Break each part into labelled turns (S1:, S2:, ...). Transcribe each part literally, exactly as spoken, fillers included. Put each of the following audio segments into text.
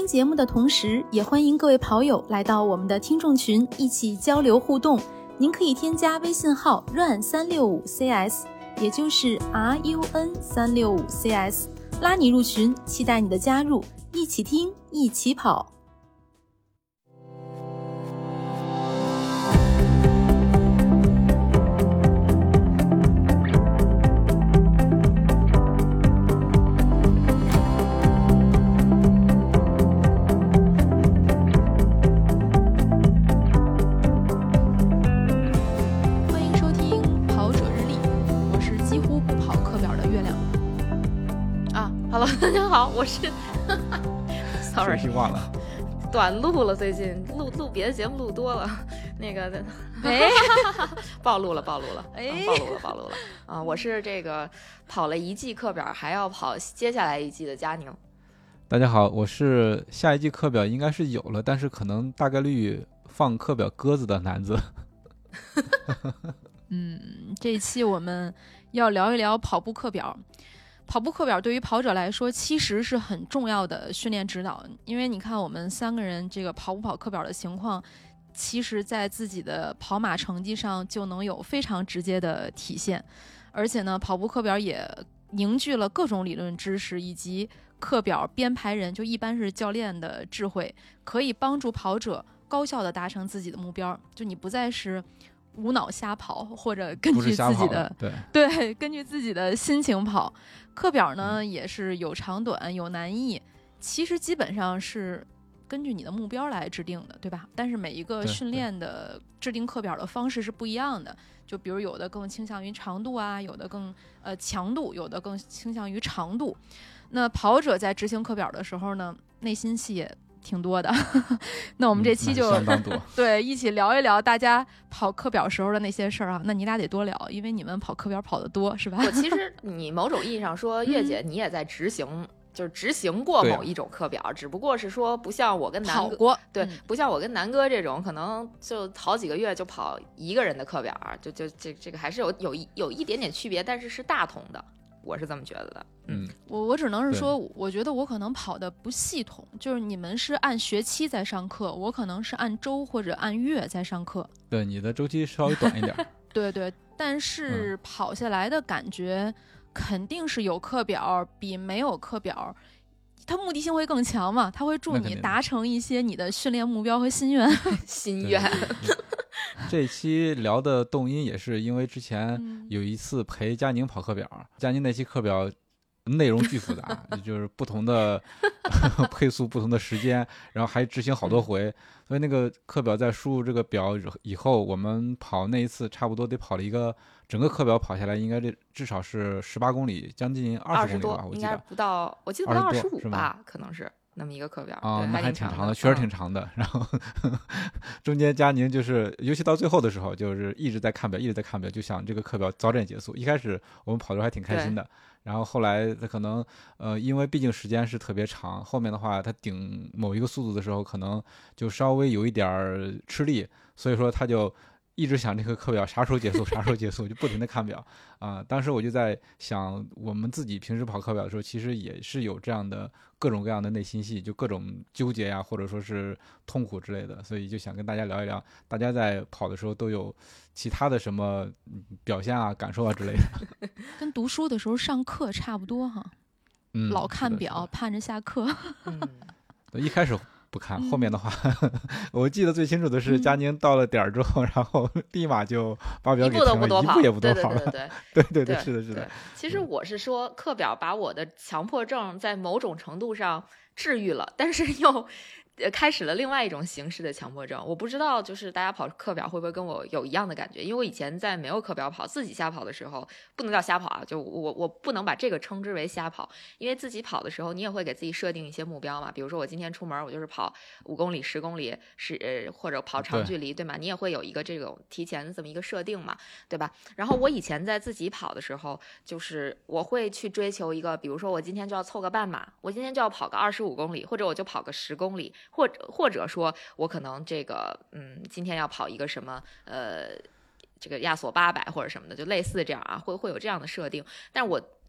S1: 节目的同时，也欢迎各位跑友来到我们的听众群一起交流互动。您可以添加微信号 run 三六五 C S， 也就是 R U N 三六五 C S， 拉你入群，期待你的加入，一起听，一起跑。
S2: 大家好，我是，sorry，
S3: 忘了，
S2: 短录了，最近录录别的节目录多了，那个，哎，暴露了，暴露了，哎、嗯，暴露了，暴露了啊！我是这个跑了一季课表，还要跑接下来一季的佳宁。
S3: 大家好，我是下一季课表应该是有了，但是可能大概率放课表鸽子的男子。
S1: 嗯，这一期我们要聊一聊跑步课表。跑步课表对于跑者来说其实是很重要的训练指导，因为你看我们三个人这个跑不跑课表的情况，其实在自己的跑马成绩上就能有非常直接的体现。而且呢，跑步课表也凝聚了各种理论知识以及课表编排人，就一般是教练的智慧，可以帮助跑者高效的达成自己的目标。就你不再是无脑瞎跑，或者根据自己的
S3: 对
S1: 对根据自己的心情跑。课表呢、嗯、也是有长短有难易，其实基本上是根据你的目标来制定的，对吧？但是每一个训练的制定课表的方式是不一样的，就比如有的更倾向于长度啊，有的更呃强度，有的更倾向于长度。那跑者在执行课表的时候呢，内心戏也挺多的。那我们这期就、
S3: 嗯、相当多
S1: 对一起聊一聊大家跑课表时候的那些事儿啊。那你俩得多聊，因为你们跑课表跑得多，是吧？
S2: 我其实你某种意义上说，月姐你也在执行、嗯、就是执行过某一种课表，只不过是说不像我跟南哥
S1: 跑过，
S2: 对、
S1: 嗯，
S2: 不像我跟南哥这种可能就好几个月就跑一个人的课表，就就这这个还是有有一有一点点区别，但是是大同的。我是这么觉得的。
S3: 嗯，
S1: 我我只能是说，我觉得我可能跑的不系统，就是你们是按学期在上课，我可能是按周或者按月在上课。
S3: 对，你的周期稍微短一点。
S1: 对对，但是跑下来的感觉肯定是有课表比没有课表，它目的性会更强嘛，它会助你达成一些你的训练目标和心愿。
S2: 心愿。
S3: 这期聊的动因也是因为之前有一次陪佳宁跑课表，嗯、佳宁那期课表内容巨复杂，就是不同的配速、不同的时间，然后还执行好多回，嗯、所以那个课表在输入这个表以后，我们跑那一次差不多得跑了一个整个课表跑下来，应该这至少是十八公里，将近二十公里吧，我记得
S2: 应该不到，我记得不到二十五吧，可能是。那么一个课表
S3: 啊、哦，那还挺长的，
S2: 嗯、
S3: 确实挺长的。然后呵呵中间佳宁就是，尤其到最后的时候，就是一直在看表，一直在看表，就想这个课表早点结束。一开始我们跑的时候还挺开心的，然后后来他可能呃，因为毕竟时间是特别长，后面的话他顶某一个速度的时候，可能就稍微有一点吃力，所以说他就一直想这个课表啥时候结束，啥时候结束，就不停的看表啊、呃。当时我就在想，我们自己平时跑课表的时候，其实也是有这样的各种各样的内心戏，就各种纠结呀，或者说是痛苦之类的，所以就想跟大家聊一聊，大家在跑的时候都有其他的什么表现啊、感受啊之类的。
S1: 跟读书的时候上课差不多哈，
S3: 嗯，
S1: 老看表，盼着下课。
S2: 嗯，
S3: 一开始不看，后面的话、嗯、我记得最清楚的是佳宁到了点儿之后、嗯、然后立马就把表给停了，
S2: 一步都不多跑，
S3: 一步也不多跑
S2: 了。对对对
S3: 对对对，是的是的。
S2: 其实我是说课表把我的强迫症在某种程度上治愈了，但是又开始了另外一种形式的强迫症。我不知道就是大家跑课表会不会跟我有一样的感觉，因为我以前在没有课表跑自己瞎跑的时候，不能叫瞎跑啊，就我我不能把这个称之为瞎跑，因为自己跑的时候你也会给自己设定一些目标嘛，比如说我今天出门我就是跑五公里十公里是呃或者跑长距离 对, 对吗，你也会有一个这种提前的这么一个设定嘛，对吧？然后我以前在自己跑的时候，就是我会去追求一个，比如说我今天就要凑个半马，我今天就要跑个二十五公里，或者我就跑个十公里，或者或者说我可能这个嗯今天要跑一个什么呃这个亚索八百或者什么的，就类似这样啊，会会有这样的设定。但是我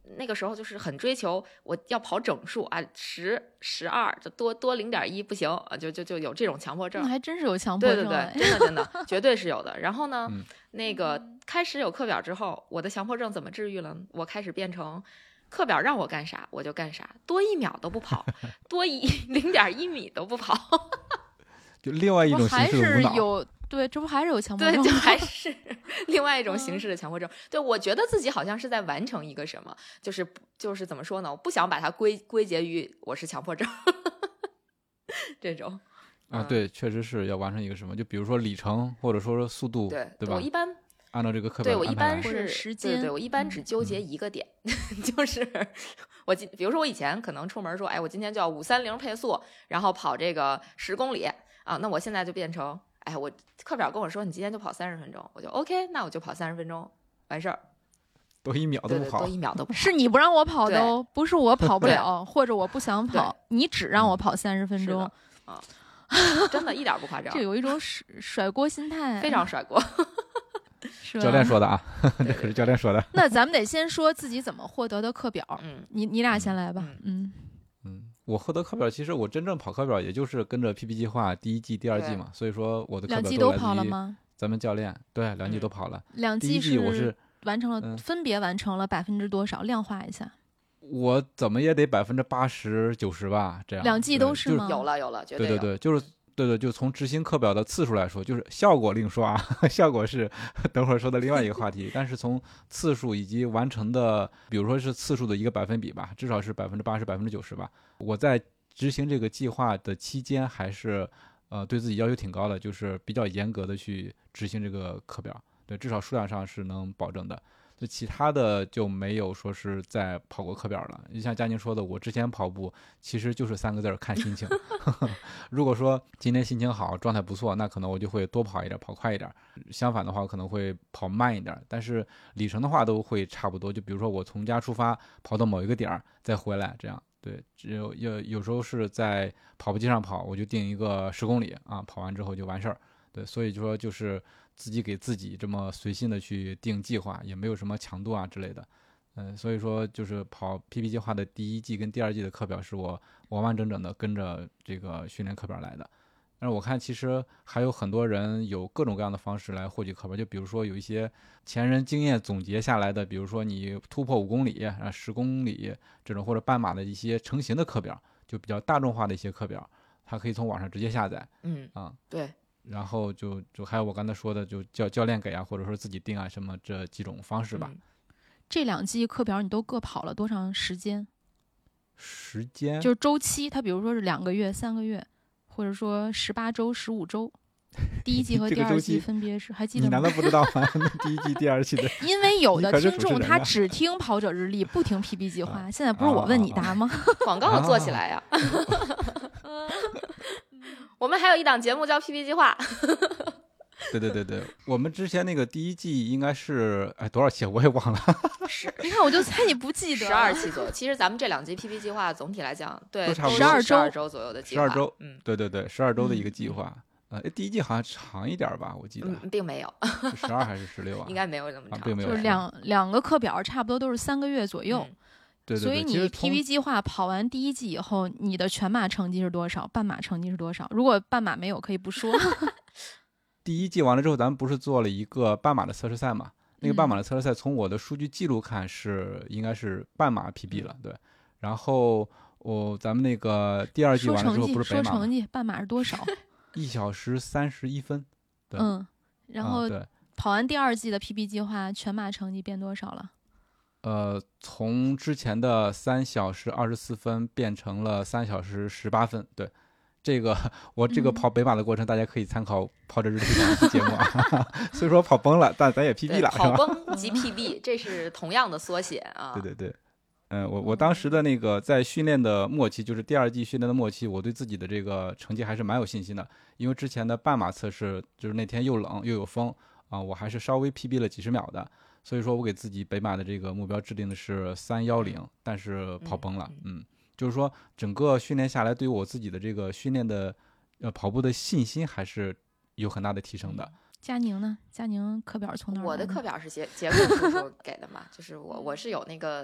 S2: 那个时候就是很追求我要跑整数啊，十十二就多多零点一不行啊，就就就有这种强迫症。
S1: 那还真是有强迫症。
S2: 对对对，真的真的绝对是有的。然后呢，
S3: 嗯、
S2: 那个开始有课表之后，我的强迫症怎么治愈了？我开始变成课表让我干啥我就干啥，多一秒都不跑，多一零点一米都不跑。
S3: 就另外一种形式的无脑。
S1: 有对，这不还是有强迫症？
S2: 对，就还是另外一种形式的强迫症。对，我觉得自己好像是在完成一个什么，就是就是怎么说呢？我不想把它归归结于我是强迫症这种
S3: 啊，对，确实是要完成一个什么，就比如说里程或者说速度，
S2: 对
S3: 对吧？
S2: 我一般
S3: 按照这个课
S2: 对
S3: 表
S2: 我一般
S3: 安排来
S2: 是
S1: 时间，
S2: 对对，我一般只纠结一个点，嗯、就是我今比如说我以前可能出门说，哎，我今天就要五三零配速，然后跑这个十公里啊，那我现在就变成。哎，我课表跟我说你今天就跑三十分钟，我就 OK， 那我就跑三十分钟，完事儿。
S3: 多一秒都不跑，
S2: 多一秒都不跑，
S1: 是你不让我跑的哦，不是我跑不了，或者我不想跑，你只让我跑三十分钟
S2: 啊，真的一点不夸张。
S1: 这有一种甩甩锅心态，
S2: 非常甩锅。
S1: 是吧？
S3: 教练说的啊，这可是教练说的。
S1: 那咱们得先说自己怎么获得的课表。
S2: 嗯，
S1: 你你俩先来吧。
S2: 嗯
S3: 嗯。我获得课表，其实我真正跑课表，也就是跟着 P P 计划第一季、第二季嘛，所以说我的课表
S1: 两季都跑了吗？
S3: 咱们教练对，两季都跑了。
S1: 两
S3: 季
S1: 季
S3: 我是
S1: 完成了，
S3: 嗯、
S1: 分别完成了百分之多少？量化一下。
S3: 我怎么也得百分之八十九十吧，这样。
S1: 两季都是吗？
S2: 有了有了，绝
S3: 对对对，就是对对，就从执行课表的次数来说，就是效果另说啊，效果是等会儿说的另外一个话题。但是从次数以及完成的，比如说是次数的一个百分比吧，至少是百分之八十、百分之九十吧。我在执行这个计划的期间，还是呃对自己要求挺高的，就是比较严格的去执行这个课表，对，至少数量上是能保证的。就其他的就没有说是在跑过课表了。就像佳宁说的，我之前跑步其实就是三个字儿，看心情。如果说今天心情好，状态不错，那可能我就会多跑一点，跑快一点。相反的话，可能会跑慢一点。但是里程的话都会差不多。就比如说我从家出发，跑到某一个点儿再回来，这样。对，只有有有时候是在跑步机上跑，我就定一个十公里啊，跑完之后就完事儿。对，所以说就是自己给自己这么随心的去定计划，也没有什么强度啊之类的。嗯、呃，所以说就是跑 P P 计划的第一季跟第二季的课表是我完完整整的跟着这个训练课表来的。但是我看其实还有很多人有各种各样的方式来获取课表，就比如说有一些前人经验总结下来的，比如说你突破五公里啊、十公里这种或者半马的一些成型的课表，就比较大众化的一些课表，它可以从网上直接下载。
S2: 嗯
S3: 啊，
S2: 对。
S3: 然后就就还有我刚才说的，就教教练给啊，或者说自己定啊，什么这几种方式吧。
S2: 嗯、
S1: 这两季课表你都各跑了多长时间？
S3: 时间
S1: 就是周期，它比如说是两个月、三个月。或者说十八周、十五周，第一季和第二季分别是还记得吗？
S3: 你难道不知道吗？第一季、第二季的，
S1: 因为有的听众他只听跑者日历，不听 P P 计划。啊、现在不是我问你答吗？
S2: 啊、广告做起来呀！啊、我们还有一档节目叫 P P 计划。
S3: 对对对对，我们之前那个第一季应该是哎多少期我也忘了。
S2: 是，
S1: 你看我就猜你不记得。
S2: 十二期左右。其实咱们这两季 P P 计划总体来讲，对，
S3: 都差不多
S1: 十二周，
S2: 十二周左右的计划。
S3: 十二周，
S2: 嗯，
S3: 对对对，十二周的一个计划。嗯、呃，第一季好像长一点吧，我记得。
S2: 嗯，并没有。
S3: 十二还是十六啊？
S2: 应该没有那么长，
S3: 啊、并没有。
S1: 就是两两个课表差不多都是三个月左右。
S2: 嗯、
S3: 对, 对, 对，
S1: 所以你 P P 计划跑完第一季以后，你的全马成绩是多少？半马成绩是多少？如果半马没有，可以不说。
S3: 第一季完了之后，咱们不是做了一个半马的测试赛嘛？那个半马的测试赛，从我的数据记录看是应该是半马 P B 了，对。然后我、哦、咱们那个第二季完了之后不是北马吗？
S1: 说成绩，半马是多少？
S3: 一小时三十一分。对，
S1: 嗯，然后、
S3: 嗯、对，
S1: 跑完第二季的 P B 计划，全马成绩变多少了？
S3: 呃，从之前的三小时二十四分变成了三小时十八分，对。这个我这个跑北马的过程，嗯、大家可以参考跑者日历的一期节目啊。虽说跑崩了，但咱也 P B 了，
S2: 跑崩及 P B， 这是同样的缩写啊。
S3: 对对对，嗯、呃，我我当时的那个在训练的末期，就是第二季训练的末期，我对自己的这个成绩还是蛮有信心的，因为之前的半马测试就是那天又冷又有风啊，我还是稍微 P B 了几十秒的，所以说我给自己北马的这个目标制定的是三幺零，但是跑崩了，嗯。嗯就是说，整个训练下来，对于我自己的这个训练的，呃，跑步的信心还是有很大的提升的。
S1: 佳宁呢？佳宁课表从哪儿来的？
S2: 我的课表是杰杰克叔叔给的嘛，就是我我是有那个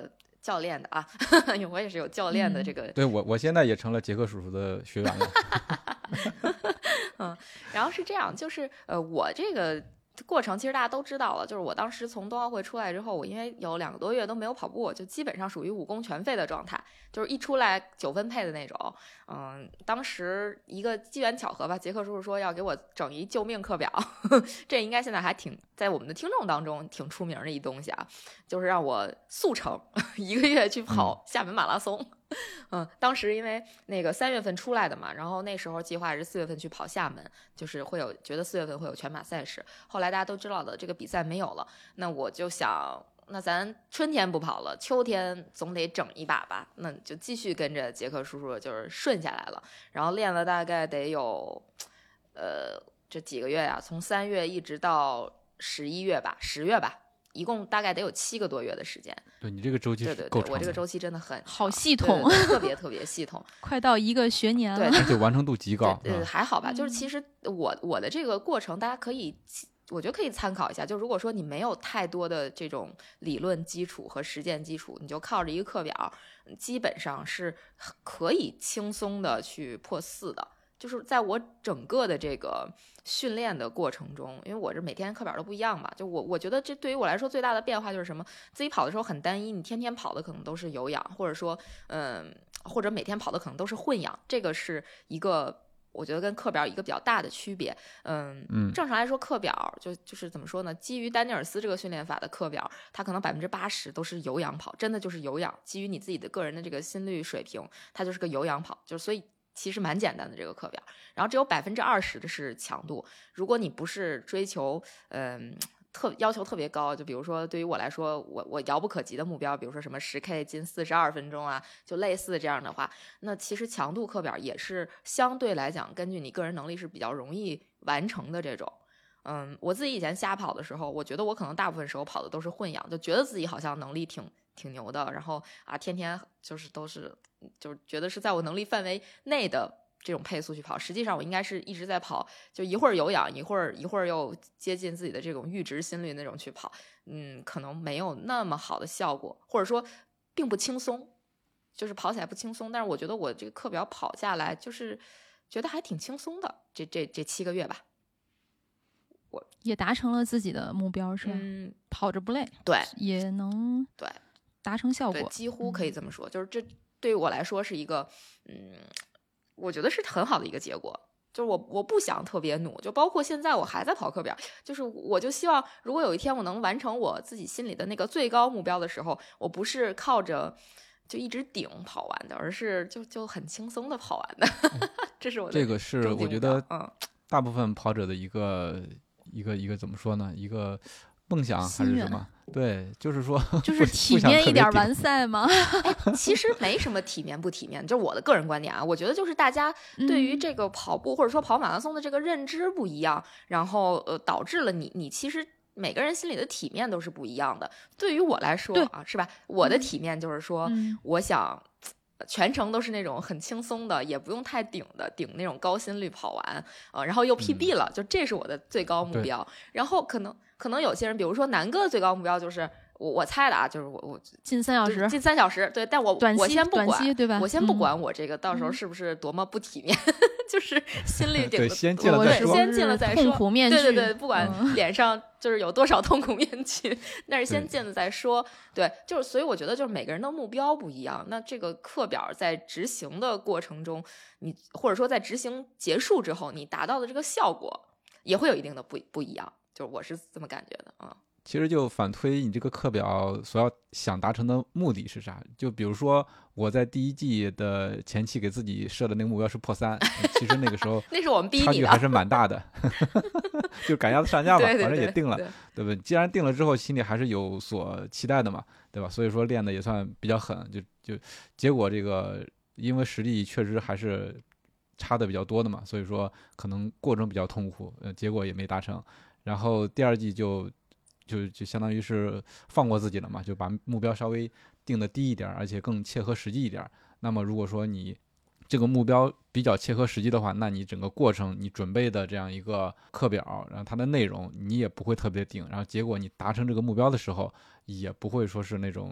S2: 教练的啊，我也是有教练的这个。
S3: 嗯、对我，我现在也成了杰克叔叔的学员了。
S2: 嗯，然后是这样，就是呃，我这个过程其实大家都知道了，就是我当时从冬奥会出来之后，我因为有两个多月都没有跑步，就基本上属于武功全废的状态，就是一出来九分配的那种。嗯，当时一个机缘巧合吧，杰克叔叔说要给我整一救命课表，这应该现在还挺在我们的听众当中挺出名的一东西啊，就是让我速成一个月去跑厦门马拉松。嗯，当时因为那个三月份出来的嘛，然后那时候计划是四月份去跑厦门，就是会有觉得四月份会有全马赛事。后来大家都知道的这个比赛没有了，那我就想，那咱春天不跑了，秋天总得整一把吧，那就继续跟着杰克叔叔就是顺下来了，然后练了大概得有，呃，这几个月呀、啊，从三月一直到十一月吧，十月吧。一共大概得有七个多月的时间。
S3: 对，你这个周期是够长的。
S2: 对对对，我这个周期真的很
S1: 好系统，
S2: 对对对特别特别系统，
S1: 快到一个学年了。
S2: 对，
S3: 而且完成度极高。
S2: 对，对还好吧。就是其实我我的这个过程，大家可以，我觉得可以参考一下。就如果说你没有太多的这种理论基础和实践基础，你就靠着一个课表，基本上是可以轻松的去破四的。就是在我整个的这个训练的过程中，因为我这每天课表都不一样嘛，就我我觉得这对于我来说最大的变化就是什么？自己跑的时候很单一，你天天跑的可能都是有氧，或者说，嗯，或者每天跑的可能都是混氧，这个是一个我觉得跟课表一个比较大的区别。嗯嗯，正常来说，课表就就是怎么说呢？基于丹尼尔斯这个训练法的课表，它可能百分之八十都是有氧跑，真的就是有氧，基于你自己的个人的这个心率水平，它就是个有氧跑，就是所以。其实蛮简单的这个课表，然后只有百分之二十的是强度。如果你不是追求，嗯，特要求特别高，就比如说对于我来说，我我遥不可及的目标，比如说什么十 K 进四十二分钟啊，就类似这样的话，那其实强度课表也是相对来讲，根据你个人能力是比较容易完成的这种。嗯，我自己以前瞎跑的时候，我觉得我可能大部分时候跑的都是混氧，就觉得自己好像能力挺挺牛的，然后啊，天天就是都是。就是觉得是在我能力范围内的这种配速去跑，实际上我应该是一直在跑，就一会儿有氧，一会儿一会儿又接近自己的这种阈值心率那种去跑，嗯，可能没有那么好的效果，或者说并不轻松，就是跑起来不轻松。但是我觉得我这个课表跑下来，就是觉得还挺轻松的，这这这七个月吧，我
S1: 也达成了自己的目标，是吧？
S2: 嗯，
S1: 跑着不累，
S2: 对，
S1: 也能
S2: 对
S1: 达成效果，
S2: 对，几乎可以这么说，嗯、就是这。对于我来说是一个，嗯，我觉得是很好的一个结果。就是我我不想特别努，就包括现在我还在跑课表，就是我就希望如果有一天我能完成我自己心里的那个最高目标的时候，我不是靠着就一直顶跑完的，而是就就很轻松的跑完的。这是我的
S3: 这个是我觉得
S2: 嗯，
S3: 大部分跑者的一个一个一个怎么说呢？一个梦想还是什么？对，就是说，
S1: 就是体面一点完赛吗？
S2: 哎，其实没什么体面不体面，就是我的个人观点啊。我觉得就是大家对于这个跑步、嗯、或者说跑马拉松的这个认知不一样，然后呃导致了你你其实每个人心里的体面都是不一样的。对于我来说啊，是吧？我的体面就是说，嗯、我想。全程都是那种很轻松的，也不用太顶的，顶那种高心率跑完，呃，然后又 P B 了，嗯、就这是我的最高目标。然后可能可能有些人，比如说南哥的最高目标就是我我猜的啊，就是我我
S1: 近三小时，
S2: 近三小时，对，但我
S1: 短期
S2: 我先不管，
S1: 短期对吧？
S2: 我先不管我这个、嗯、到时候是不是多么不体面，嗯、就是心率顶
S3: 的，
S2: 对，
S3: 先进了再说，
S2: 先进了再说，
S1: 痛苦面具，
S2: 对对对，不管脸上就是有多少痛苦面具，但是先进了再说，对，就是所以我觉得就是每个人的目标不一样，那这个课表在执行的过程中，你或者说在执行结束之后，你达到的这个效果也会有一定的不不一样，就是我是这么感觉的啊。嗯
S3: 其实就反推你这个课表所要想达成的目的是啥？就比如说我在第一季的前期给自己设的那个目标是破三，其实那个时候
S2: 那是我们逼你的，
S3: 差距还是蛮大的，就赶鸭子上架吧，
S2: 对对对，
S3: 反正也定了，
S2: 对,
S3: 对, 对吧？既然定了之后，心里还是有所期待的嘛，对吧？所以说练的也算比较狠，就就结果这个因为实力确实还是差的比较多的嘛，所以说可能过程比较痛苦，呃，结果也没达成。然后第二季就。就就相当于是放过自己了嘛，就把目标稍微定的低一点，而且更切合实际一点。那么如果说你这个目标比较切合实际的话，那你整个过程你准备的这样一个课表，然后它的内容你也不会特别定，然后结果你达成这个目标的时候，也不会说是那种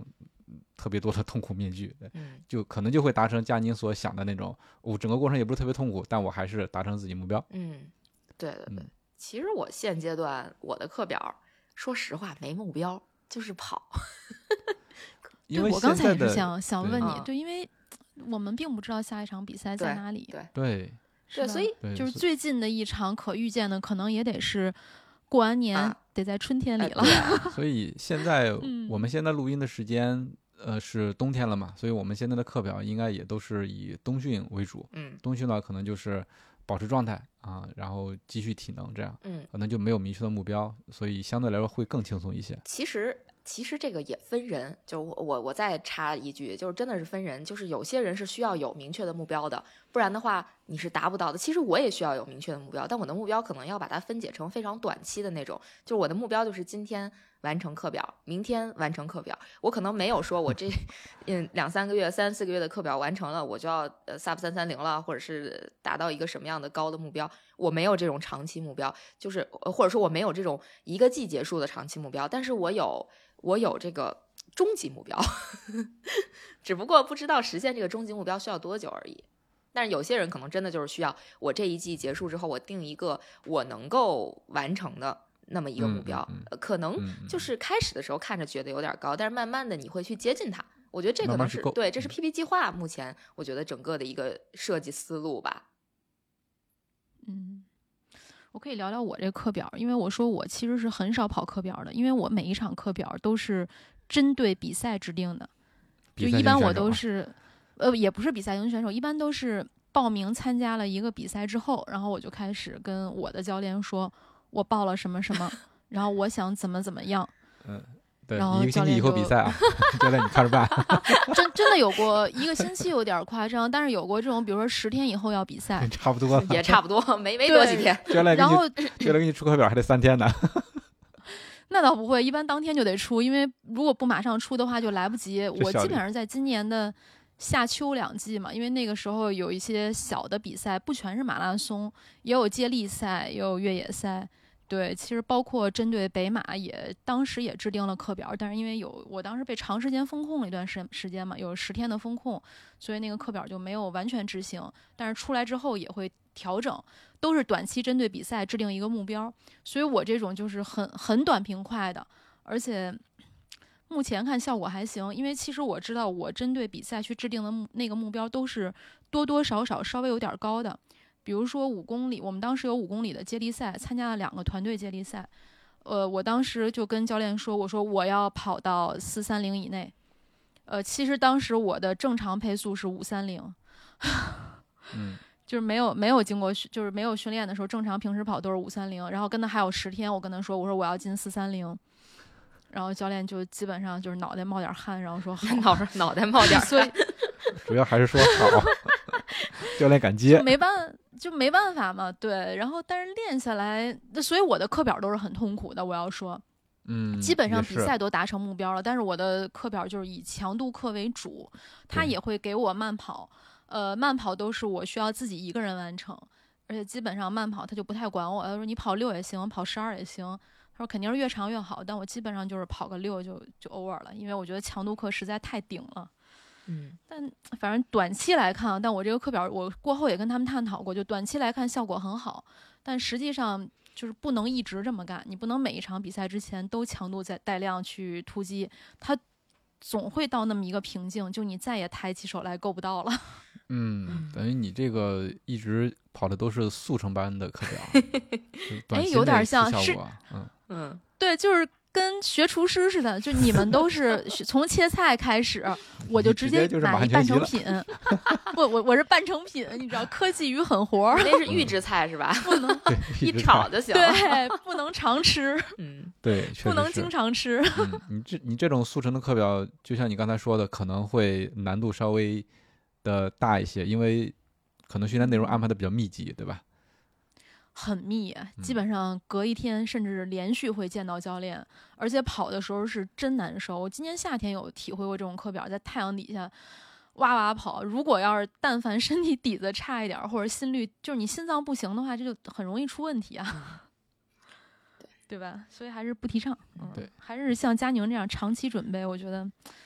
S3: 特别多的痛苦面具，
S2: 嗯，
S3: 就可能就会达成佳宁所想的那种，我整个过程也不是特别痛苦，但我还是达成自己目标。
S2: 嗯，对对对。
S3: 嗯
S2: 其实我现阶段我的课表，说实话没目标，就是跑。
S3: 因为
S1: 对我刚才也是
S3: 现在的
S1: 想想问你，
S2: 嗯
S1: 对，因为我们并不知道下一场比赛在
S2: 对
S1: 哪里，
S2: 对
S3: 对
S2: 对，
S1: 是吧
S2: 所以
S3: 对，
S1: 就是
S3: 所以
S1: 最近的一场可预见的，可能也得是过完年
S2: 啊
S1: 得在春天里
S2: 哎
S1: 了。
S2: 对
S3: 所以现在
S1: 嗯
S3: 我们现在录音的时间，呃，是冬天了嘛，所以我们现在的课表应该也都是以冬训为主。
S2: 嗯
S3: 冬训呢，可能就是保持状态啊，然后继续体能，这样
S2: 嗯，
S3: 可能就没有明确的目标，所以相对来说会更轻松一些。
S2: 其实其实这个也分人，就我我我再插一句，就是真的是分人，就是有些人是需要有明确的目标的，不然的话你是达不到的。其实我也需要有明确的目标，但我的目标可能要把它分解成非常短期的那种，就是我的目标就是今天完成课表，明天完成课表。我可能没有说我这嗯两三个月、三四个月的课表完成了，我就要呃 sub 三三零了，或者是达到一个什么样的高的目标。我没有这种长期目标，就是呃或者说我没有这种一个季结束的长期目标，但是我有我有这个终极目标，只不过不知道实现这个终极目标需要多久而已。但是有些人可能真的就是需要我这一季结束之后，我定一个我能够完成的那么一个目标，
S3: 嗯嗯嗯
S2: 呃可能
S3: 嗯，嗯
S2: 就是开始的时候看着觉得有点高，但是慢慢的你会去接近它。我觉得这可能
S3: 慢慢是够
S2: 是对，这是
S3: 嗯
S2: P P 计划目前我觉得整个的一个设计思路吧。
S1: 嗯，我可以聊聊我这个课表，因为我说我其实是很少跑课表的，因为我每一场课表都是针对比赛制定的，就
S3: 比赛
S1: 一般我
S3: 型选手啊
S1: 都是，呃，也不是比赛型选手，一般都是报名参加了一个比赛之后，然后我就开始跟我的教练说，我报了什么什么，然后我想怎么怎么样，
S3: 嗯，对，
S1: 然后
S3: 你一个星期以
S1: 教练就
S3: 后比赛啊，教练你看着办。
S1: 真真的有过一个星期有点夸张，但是有过这种，比如说十天以后要比赛，
S3: 差不多了，
S2: 也差不多，没没多几天。
S3: 教练给
S1: 然后
S3: 你教练给你出课表还得三天呢。
S1: 那倒不会，一般当天就得出，因为如果不马上出的话就来不及。我
S3: 效率
S1: 基本上在今年的夏秋两季嘛，因为那个时候有一些小的比赛，不全是马拉松，也有接力赛，也有越野赛。对，其实包括针对北马也，当时也制定了课表，但是因为有我当时被长时间封控了一段时时间嘛，有十天的封控，所以那个课表就没有完全执行。但是出来之后也会调整，都是短期针对比赛制定一个目标。所以我这种就是很很短平快的，而且目前看效果还行，因为其实我知道我针对比赛去制定的目那个目标都是多多少少稍微有点高的。比如说五公里，我们当时有五公里的接力赛，参加了两个团队接力赛。呃，我当时就跟教练说，我说我要跑到四三零以内。呃，其实当时我的正常配速是五三零，
S3: 嗯，
S1: 就是没有没有经过就是没有训练的时候，正常平时跑都是五三零。然后跟他还有十天，我跟他说，我说我要进四三零。然后教练就基本上就是脑袋冒点汗，然后说好，
S2: 脑上脑袋冒点
S1: 所以
S3: 主要还是说好，教练敢接
S1: 就，没办就没办法嘛，对。然后但是练下来，所以我的课表都是很痛苦的。我要说，
S3: 嗯，
S1: 基本上比
S3: 也是
S1: 赛都达成目标了，但是我的课表就是以强度课为主，他
S3: 对
S1: 也会给我慢跑，呃，慢跑都是我需要自己一个人完成，而且基本上慢跑他就不太管我，他说你跑六也行，跑十二也行。他说肯定是越长越好，但我基本上就是跑个六就就 over 了，因为我觉得强度课实在太顶了。
S2: 嗯，
S1: 但反正短期来看，但我这个课表我过后也跟他们探讨过，就短期来看效果很好，但实际上就是不能一直这么干，你不能每一场比赛之前都强度在带量去突击，它总会到那么一个瓶颈，就你再也抬起手来够不到了。
S3: 嗯，等于你这个一直跑的都是速成班的课表，就短期
S1: 哎有点
S3: 内
S1: 像是
S3: 出效果，嗯
S2: 嗯，
S1: 对，就是跟学厨师似的，就你们都是从切菜开始，我就直接
S3: 直接就是马
S1: 买一
S3: 上全席
S1: 半成品。不，我我是半成品，你知道，科技与狠活儿，
S2: 那是预制菜是吧？
S1: 不能
S3: 对，
S2: 一
S3: 直跑，
S2: 炒就行。
S1: 对，不能常吃，
S2: 嗯，
S3: 对，确实是
S1: 不能经常吃。
S3: 嗯，你这你这种速成的课表，就像你刚才说的，可能会难度稍微的大一些，因为可能训练内容安排的比较密集，对吧？
S1: 很密，基本上隔一天甚至连续会见到教练，而且跑的时候是真难受。我今年夏天有体会过这种课表，在太阳底下哇哇跑，如果要是但凡身体底子差一点，或者心率就是你心脏不行的话，这就很容易出问题啊。对吧？所以还是不提倡。嗯，
S3: 对，
S1: 还是像佳宁这样长期准备，我觉得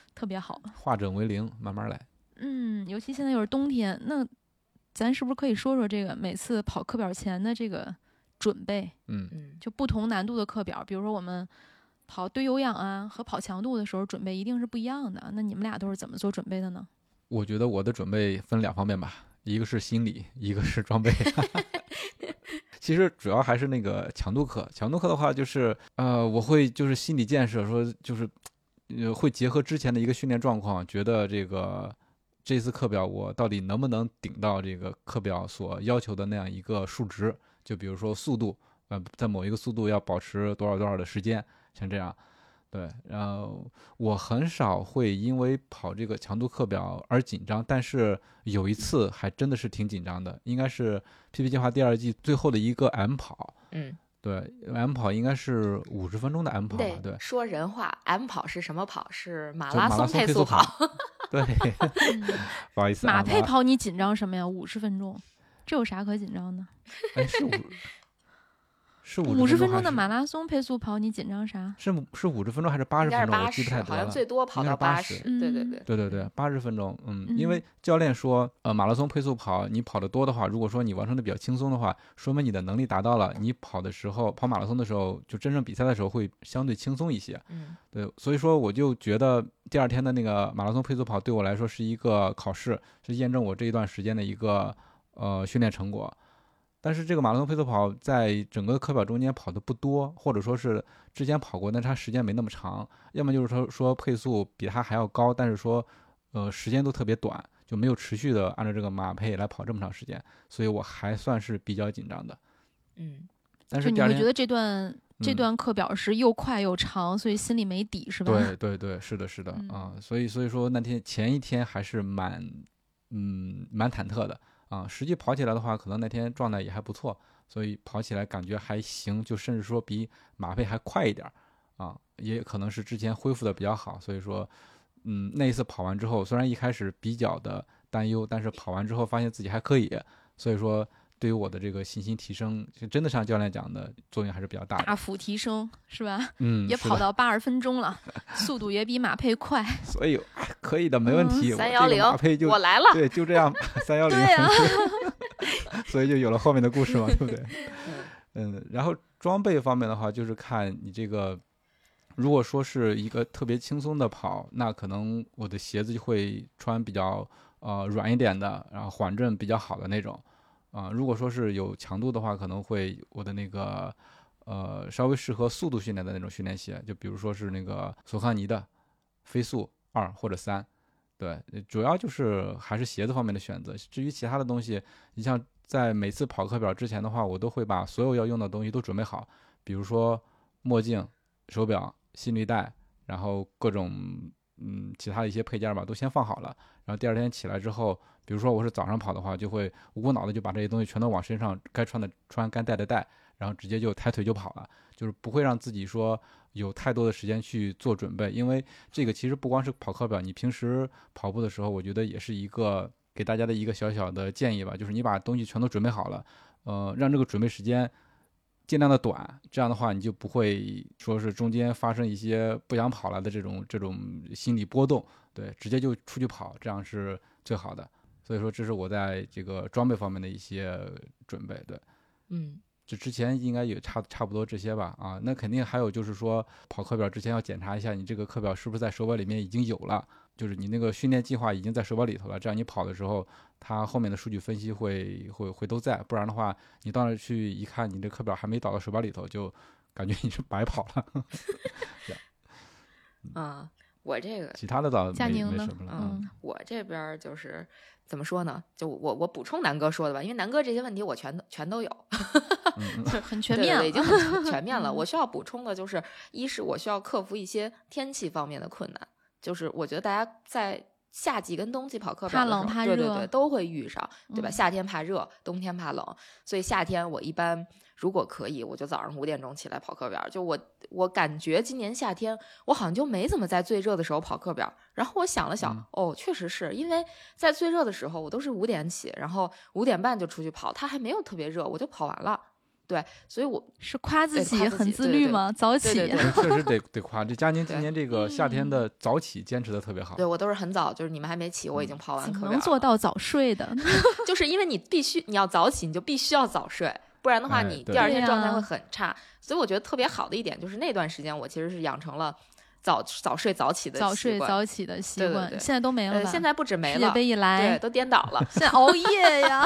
S1: 特别好。
S3: 化整为零，慢慢来。
S1: 嗯，尤其现在又是冬天，那咱是不是可以说说这个每次跑课表前的这个准备？
S3: 嗯
S2: 嗯，
S1: 就不同难度的课表，比如说我们跑对有氧啊和跑强度的时候准备一定是不一样的。那你们俩都是怎么做准备的呢？
S3: 我觉得我的准备分两方面吧，一个是心理，一个是装备。其实主要还是那个强度课，强度课的话就是呃，我会就是心理建设，说就是呃会结合之前的一个训练状况，觉得这个这次课表我到底能不能顶到这个课表所要求的那样一个数值，就比如说速度，呃，在某一个速度要保持多少多少的时间，像这样。对，然后我很少会因为跑这个强度课表而紧张，但是有一次还真的是挺紧张的，应该是 P P 计划第二季最后的一个 M 跑。
S2: 嗯，
S3: 对 ，M 跑应该是五十分钟的 M 跑吧？对，
S2: 说人话 ，M 跑是什么跑？是马
S3: 拉
S2: 松配速
S3: 跑。对，不好意思、啊，
S1: 马配跑你紧张什么呀？五十分钟，这有啥可紧张的？
S3: 哎，是五。是
S1: 五十分钟的马拉松配速跑，你紧张啥？
S3: 是是五十分钟还是八十分钟？我记不太得了，
S2: 好像最多跑到八十。对对对
S3: 对对对，八十分钟。嗯，因为教练说，呃，马拉松配速跑你跑得多的话，如果说你完成的比较轻松的话，说明你的能力达到了，你跑的时候跑马拉松的时候，就真正比赛的时候会相对轻松一些。
S2: 嗯，
S3: 对，所以说我就觉得第二天的那个马拉松配速跑对我来说是一个考试，是验证我这一段时间的一个呃训练成果。但是这个马拉松配速跑在整个课表中间跑的不多，或者说是之前跑过，但是它时间没那么长，要么就是说说配速比它还要高，但是说呃时间都特别短，就没有持续的按照这个马配来跑这么长时间，所以我还算是比较紧张的。
S2: 嗯，
S3: 但是
S1: 你会觉得这段、
S3: 嗯、
S1: 这段课表是又快又长，所以心里没底是吧？
S3: 对对对，是的是的、嗯、啊，所以所以说那天前一天还是蛮嗯蛮忐忑的。啊，实际跑起来的话，可能那天状态也还不错，所以跑起来感觉还行，就甚至说比马配还快一点啊，也可能是之前恢复的比较好，所以说，嗯，那一次跑完之后，虽然一开始比较的担忧，但是跑完之后发现自己还可以，所以说对于我的这个信心提升，就真的像教练讲的作用还是比较大的，
S1: 大幅提升是吧？
S3: 嗯，
S1: 也跑到八十分钟了，速度也比马配快，
S3: 所以可以的，没问题。
S2: 三幺零，
S3: 我
S2: 来了，
S3: 对，就这样三幺零，
S1: 对啊，
S3: 所以就有了后面的故事嘛，对不对？嗯，然后装备方面的话，就是看你这个，如果说是一个特别轻松的跑，那可能我的鞋子就会穿比较呃软一点的，然后缓震比较好的那种。啊、呃，如果说是有强度的话，可能会我的那个呃稍微适合速度训练的那种训练鞋，就比如说是那个索康尼的飞速二或者三，对，主要就是还是鞋子方面的选择。至于其他的东西，你像在每次跑课表之前的话，我都会把所有要用的东西都准备好，比如说墨镜、手表、心率带，然后各种嗯其他的一些配件吧，都先放好了。然后第二天起来之后，比如说我是早上跑的话，就会无骨脑的就把这些东西全都往身上，该穿的穿，该带的带，然后直接就抬腿就跑了，就是不会让自己说有太多的时间去做准备。因为这个其实不光是跑课表，你平时跑步的时候，我觉得也是一个给大家的一个小小的建议吧，就是你把东西全都准备好了，呃，让这个准备时间尽量的短，这样的话你就不会说是中间发生一些不想跑了的这种这种心理波动，对，直接就出去跑，这样是最好的。所以说这是我在这个装备方面的一些准备，对，
S2: 嗯，
S3: 这之前应该也差差不多这些吧，啊，那肯定还有就是说跑课表之前要检查一下你这个课表是不是在手表里面已经有了，就是你那个训练计划已经在手表里头了，这样你跑的时候它后面的数据分析会会会都在，不然的话你到那去一看你这课表还没导到手表里头，就感觉你是白跑了。
S2: 啊，我这个
S3: 其他的倒没没
S1: 呢
S3: 什么了，
S2: 嗯，我这边就是怎么说呢？就我我补充南哥说的吧，因为南哥这些问题我全都全都有，
S3: 嗯
S1: 就很全面了，
S2: 对对对已经很全面了。我需要补充的就是，一是我需要克服一些天气方面的困难，就是我觉得大家在夏季跟冬季跑课表的时候，
S1: 怕冷怕热，
S2: 对对对，都会遇上，对吧？
S1: 嗯、
S2: 夏天怕热，冬天怕冷，所以夏天我一般如果可以，我就早上五点钟起来跑课表。就我我感觉今年夏天我好像就没怎么在最热的时候跑课表。然后我想了想，
S3: 嗯、
S2: 哦，确实是因为在最热的时候我都是五点起，然后五点半就出去跑，它还没有特别热，我就跑完了。 对，所以我
S1: 是夸自己
S2: 夸自己
S1: 很自律吗？早起，
S2: 对对对
S3: 确实得得夸，这佳宁今年这个夏天的早起坚持的特别好。
S2: 对，我都是很早，就是你们还没起，我已经跑完课表了。
S1: 怎么能做到早睡的？
S2: 就是因为你必须你要早起，你就必须要早睡，不然的话你第二天状态会很差。所以我觉得特别好的一点就是那段时间我其实是养成了早早睡早起的习惯，
S1: 早睡早起的习惯，
S2: 对对对，
S1: 现在都没了吧？
S2: 呃、现在不止没了，
S1: 世界杯一来，
S2: 对，都颠倒了。
S1: 现在熬夜呀。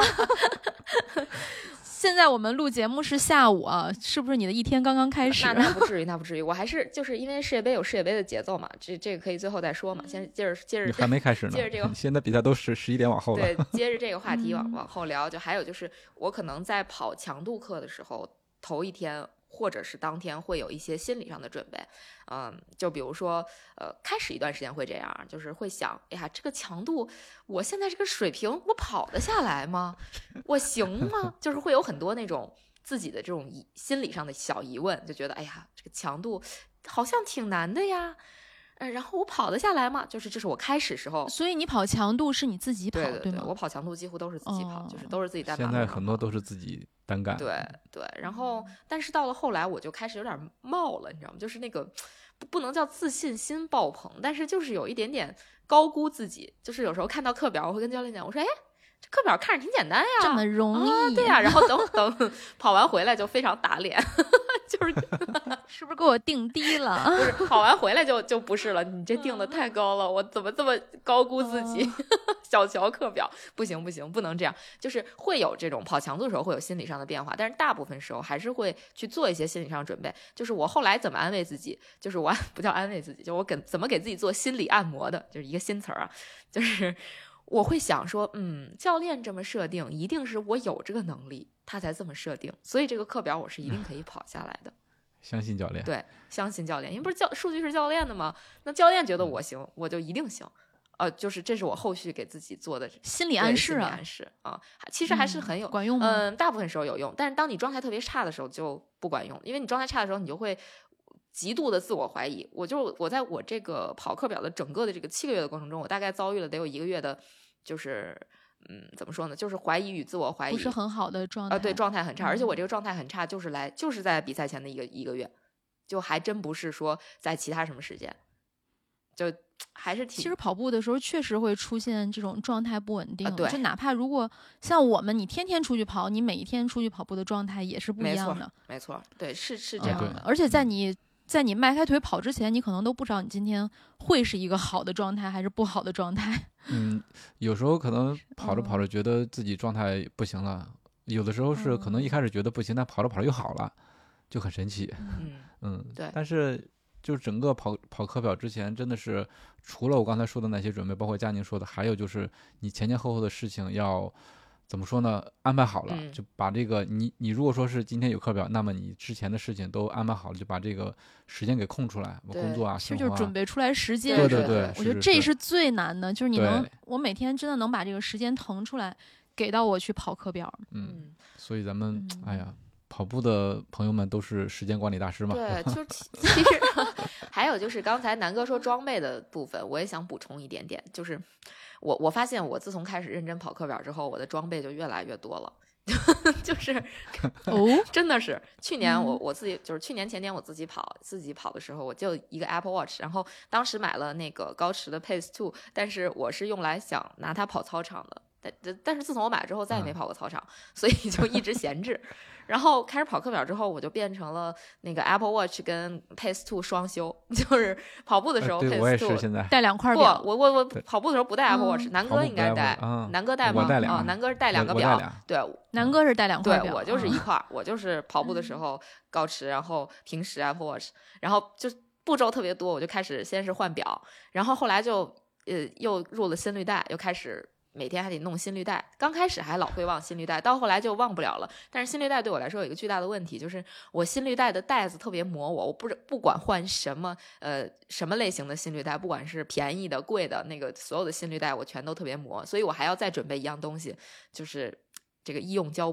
S1: 现在我们录节目是下午啊，是不是你的一天刚刚开始？
S2: 那那不至于，那不至于。我还是就是因为世界杯有世界杯的节奏嘛，这这个可以最后再说嘛。先接着接着，
S3: 还没开始呢。
S2: 接着这个，
S3: 现在比赛都十十一点往后了。
S2: 对，接着这个话题往往后聊。就还有就是，我可能在跑强度课的时候，头一天或者是当天会有一些心理上的准备。嗯，就比如说，呃，开始一段时间会这样，就是会想，哎呀，这个强度，我现在这个水平，我跑得下来吗？我行吗？就是会有很多那种自己的这种心理上的小疑问，就觉得，哎呀，这个强度好像挺难的呀。呃，然后我跑得下来吗？就是这是我开始时候。
S1: 所以你跑强度是你自己跑，
S2: 对对对
S1: 吗？
S2: 我跑强度几乎都是自己跑，哦、就是都是自己单马。
S3: 现在很多都是自己单干。
S2: 对对，然后但是到了后来，我就开始有点冒了，你知道吗？就是那个不不能叫自信心爆棚，但是就是有一点点高估自己。就是有时候看到课表，我会跟教练讲，我说，哎。课表看着挺简单呀，
S1: 这么容易，
S2: 啊、对呀。然后等等跑完回来就非常打脸，就是
S1: 是不是给我定低了？
S2: 不是，跑完回来就就不是了，你这定的太高了，我怎么这么高估自己？哦、小瞧课表，不行不行，不能这样。就是会有这种跑强度的时候会有心理上的变化，但是大部分时候还是会去做一些心理上的准备。就是我后来怎么安慰自己，就是我不叫安慰自己，就我给怎么给自己做心理按摩的，就是一个新词儿啊，就是。我会想说，嗯，教练这么设定，一定是我有这个能力，他才这么设定，所以这个课表我是一定可以跑下来的。
S3: 相信教练，
S2: 对，相信教练，因为不是教数据是教练的吗？那教练觉得我行，我就一定行。呃，就是这是我后续给自己做的
S1: 心理暗示啊，
S2: 心理暗示啊，其实还是很有、
S1: 嗯、管用吗？
S2: 嗯，大部分时候有用，但是当你状态特别差的时候就不管用，因为你状态差的时候，你就会。极度的自我怀疑，我就我在我这个跑课表的整个的这个七个月的过程中，我大概遭遇了得有一个月的，就是嗯，怎么说呢，就是怀疑与自我怀疑，
S1: 不是很好的状态，
S2: 呃，对，状态很差，嗯、而且我这个状态很差，就是来就是在比赛前的一个一个月，就还真不是说在其他什么时间，就还是挺。
S1: 其实跑步的时候确实会出现这种状态不稳定，
S2: 呃、对，
S1: 就哪怕如果像我们，你天天出去跑，你每一天出去跑步的状态也是不一样的，
S2: 没错，没错，对，是是这样的，
S1: 嗯、而且在你。在你迈开腿跑之前，你可能都不知道你今天会是一个好的状态还是不好的状态。
S3: 嗯，有时候可能跑着跑着觉得自己状态不行了，嗯、有的时候是可能一开始觉得不行，但跑着跑着又好了，就很神奇。
S2: 嗯
S3: 嗯，
S2: 对。
S3: 但是就整个跑跑课表之前，真的是除了我刚才说的那些准备，包括佳宁说的，还有就是你前前后后的事情要。怎么说呢？安排好了，
S2: 嗯、
S3: 就把这个你你如果说是今天有课表，那么你之前的事情都安排好了，就把这个时间给空出来，工作啊，
S1: 其实就是准备出来时间。
S3: 对对对，
S1: 我觉得这是最难的，就是你能，
S3: 对
S1: 我每天真的能把这个时间腾出来，给到我去跑课表。
S3: 嗯，所以咱们、嗯、哎呀，跑步的朋友们都是时间管理大师嘛。
S2: 对，就其实还有就是刚才南哥说装备的部分，我也想补充一点点，就是。我我发现我自从开始认真跑课表之后，我的装备就越来越多了，就是
S1: 哦，
S2: 真的是去年我我自己就是去年前年我自己跑自己跑的时候，我就一个 Apple Watch， 然后当时买了那个高驰的 Pace Two， 但是我是用来想拿它跑操场的，但但是自从我买了之后再也没跑过操场，嗯、所以就一直闲置。然后开始跑课表之后，我就变成了那个 Apple Watch 跟 Pace Two 双修，就是跑步的时候 Pace Two、呃、
S3: 我也是现在
S1: 带两块表。
S2: 不，我我我跑步的时候不带 Apple Watch，、嗯、南哥应该带，
S3: 嗯、
S2: 南哥带吗？
S3: 我带俩、
S2: 啊，南哥是带两个表，对，
S1: 南哥是带两块表，
S2: 对我就是一块，我就是跑步的时候高驰，然后平时 Apple Watch， 然后就步骤特别多，我就开始先是换表，然后后来就呃又入了心率带，又开始。每天还得弄心率带，刚开始还老会忘心率带，到后来就忘不了了。但是心率带对我来说有一个巨大的问题，就是我心率带的带子特别磨我，我不不管换什么呃什么类型的心率带，不管是便宜的贵的那个所有的心率带我全都特别磨，所以我还要再准备一样东西，就是这个医用胶布。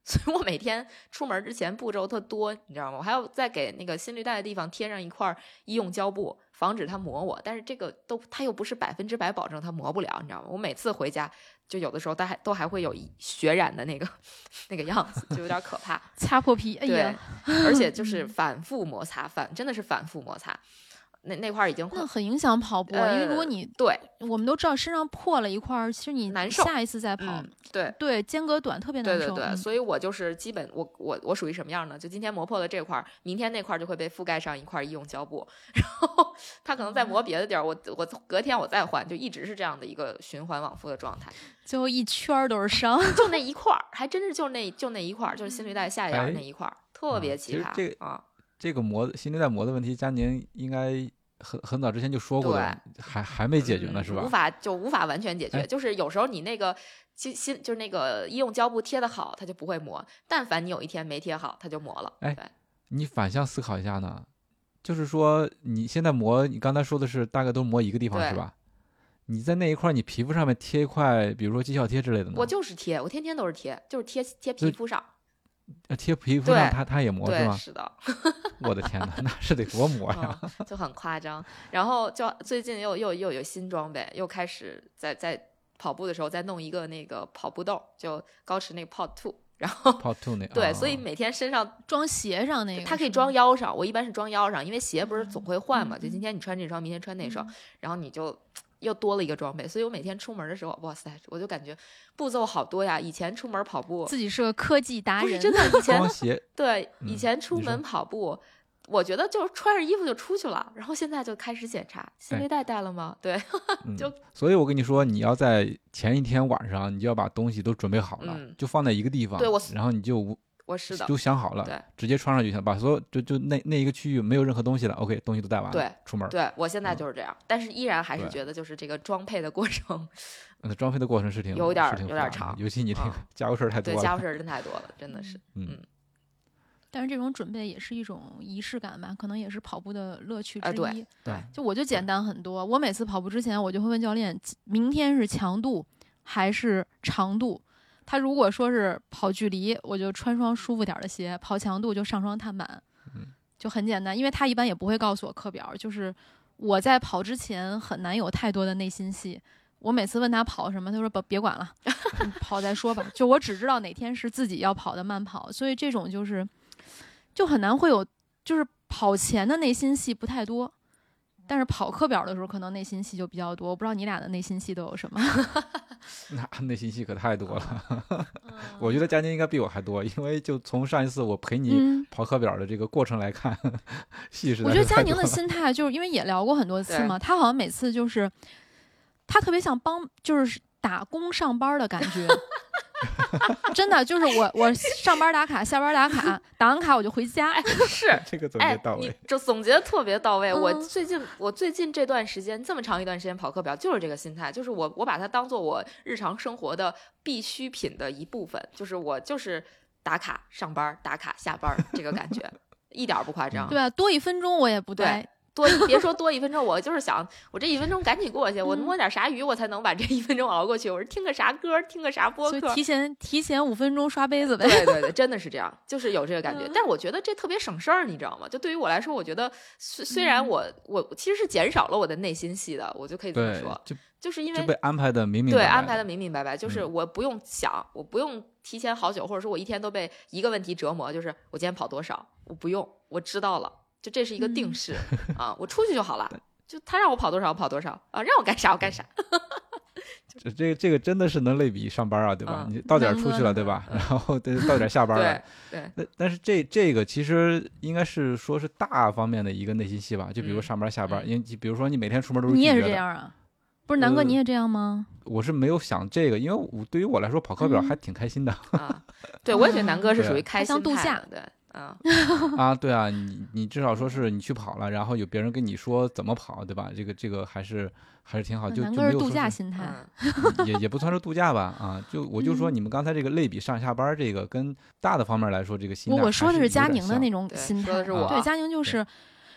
S2: 所以我每天出门之前步骤特多，你知道吗？我还要再给那个心率带的地方贴上一块医用胶布，防止它磨我。但是这个都它又不是百分之百保证它磨不了，你知道吗？我每次回家就有的时候它还都还会有血染的那个那个样子，就有点可怕，
S1: 擦破皮，哎呀，
S2: 对，而且就是反复摩擦，反真的是反复摩擦。那那块已经
S1: 那很影响跑步，
S2: 呃、
S1: 因为如果你
S2: 对，
S1: 我们都知道身上破了一块，其实你
S2: 难受，
S1: 下一次再跑，
S2: 嗯、对
S1: 对，间隔短特别难受。
S2: 对对对，
S1: 嗯、
S2: 所以我就是基本我我我属于什么样呢？就今天磨破了这块，明天那块就会被覆盖上一块医用胶布，然后它可能再磨别的地儿，我我隔天我再换，就一直是这样的一个循环往复的状态。
S1: 最后一圈都是伤，
S2: 就那一块儿，还真是就那就那一块儿，就是心率带下沿那一块儿，
S3: 哎、
S2: 特别奇葩
S3: 啊。这个
S2: 啊，
S3: 这个磨心率带磨的问题，佳宁应该。很很早之前就说过的，还还没解决呢，
S2: 嗯、
S3: 是吧？
S2: 无法就无法完全解决，就是有时候你那个心心就是那个医用胶布贴的好，它就不会磨；但凡你有一天没贴好，它就磨了。
S3: 哎，
S2: 对，
S3: 你反向思考一下呢，就是说你现在磨，你刚才说的是大概都磨一个地方是吧？你在那一块，你皮肤上面贴一块，比如说绩效贴之类的呢？
S2: 我就是贴，我天天都是贴，就是贴贴皮肤上。
S3: 贴皮肤上它它也磨是吗？
S2: 是的。
S3: 我的天哪，那是得多磨呀、
S2: 嗯，就很夸张。然后就最近又又又有新装备，又开始在在跑步的时候再弄一个那个跑步豆，就高驰那个 Pod Two， 然后
S3: Pod Two 那
S2: 对、
S3: 哦，
S2: 所以每天身上
S1: 装鞋上那个，
S2: 它可以装腰上。我一般是装腰上，因为鞋不是总会换嘛，嗯、就今天你穿这双，明天穿那双，嗯、然后你就。又多了一个装备，所以我每天出门的时候，哇塞，我就感觉步骤好多呀。以前出门跑步，
S1: 自己是个科技达人，
S2: 不是真的。以前
S3: 装鞋，
S2: 对，以前出门跑步，嗯、我觉得就是穿着衣服就出去了，然后现在就开始检查心率带带了吗？哎、对，就、
S3: 嗯。所以我跟你说，你要在前一天晚上，你就要把东西都准备好了，
S2: 嗯、
S3: 就放在一个地方，
S2: 对我，
S3: 然后你就
S2: 我是的，
S3: 就想好了，
S2: 对，
S3: 直接穿上就行，把所有就就那那一个区域没有任何东西了 ，OK， 东西都带完了，
S2: 对，
S3: 出门。
S2: 对我现在就是这样，嗯、但是依然还是觉得就是这个装配的过程，
S3: 那装配的过程是挺
S2: 有点
S3: 是挺
S2: 有点长，
S3: 尤其你这个家务事儿太多了，
S2: 对，家务事儿真太多了，真的是，嗯。嗯
S1: 但是这种准备也是一种仪式感吧，可能也是跑步的乐趣之一。
S2: 呃、对对，
S1: 就我就简单很多。我每次跑步之前，我就会问教练，明天是强度还是长度？他如果说是跑距离，我就穿双舒服点的鞋；跑强度就上双碳板，
S3: 嗯，
S1: 就很简单。因为他一般也不会告诉我课表，就是我在跑之前很难有太多的内心戏。我每次问他跑什么，他说别别管了，跑再说吧。就我只知道哪天是自己要跑的慢跑，所以这种就是就很难会有，就是跑前的内心戏不太多。但是跑课表的时候，可能内心戏就比较多。我不知道你俩的内心戏都有什么？
S3: 那内心戏可太多了。
S1: 嗯、
S3: 我觉得佳宁应该比我还多，因为就从上一次我陪你跑课表的这个过程来看，嗯、戏是。
S1: 我觉得佳宁的心态就是因为也聊过很多次嘛，他好像每次就是他特别像帮就是打工上班的感觉。真的就是我，我上班打卡，下班打卡，打完卡我就回家。
S2: 哎，是
S3: 这个总结到位，
S2: 哎、你就总结的特别到位。
S1: 嗯、
S2: 我最近，我最近这段时间这么长一段时间跑课表，就是这个心态，就是我我把它当做我日常生活的必需品的一部分，就是我就是打卡上班，打卡下班这个感觉，一点不夸张。
S1: 对啊，多一分钟我也不待。
S2: 多别说多一分钟，我就是想，我这一分钟赶紧过去，我摸点啥鱼，我才能把这一分钟熬过去。我是听个啥歌，听个啥播客，
S1: 所以提前提前五分钟刷杯子呗。
S2: 对对对，真的是这样，就是有这个感觉。嗯、但是我觉得这特别省事儿，你知道吗？就对于我来说，我觉得虽虽然我、嗯、我其实是减少了我的内心戏的，我就可以这么说，
S3: 就
S2: 就是因为
S3: 就被安排的明明白白
S2: 对安排的明明白白，就是我不用想，嗯、我不用提前好久，或者说我一天都被一个问题折磨，就是我今天跑多少，我不用，我知道了。就这是一个定式、嗯、啊，我出去就好了。就他让我跑多少，我跑多少啊，让我干啥我干啥。
S3: 这这个这个真的是能类比上班啊，对吧？嗯、你到点出去了，对吧？嗯、然后到点下班了。
S2: 对
S3: 对。但是这这个其实应该是说是大方面的一个内心戏吧，就比如上班下班，
S2: 嗯、
S3: 因为比如说你每天出门都是
S1: 你也是这样啊？不是南哥，你也这样吗？
S3: 呃、我是没有想这个，因为我对于我来说跑课表还挺开心的。
S2: 嗯、啊，对，我也觉得南哥是属于开心
S1: 像度假，
S2: 对。啊
S3: 啊，对啊，你你至少说是你去跑了，然后有别人跟你说怎么跑，对吧？这个这个还是还是挺好，就就没有
S1: 度假心态，
S3: 也也不算是度假吧，啊，就我就说你们刚才这个类比上下班这个，跟大的方面来说，这个心态
S1: 我说的是佳宁的那种心态，
S2: 说的是我，
S1: 对，佳宁就是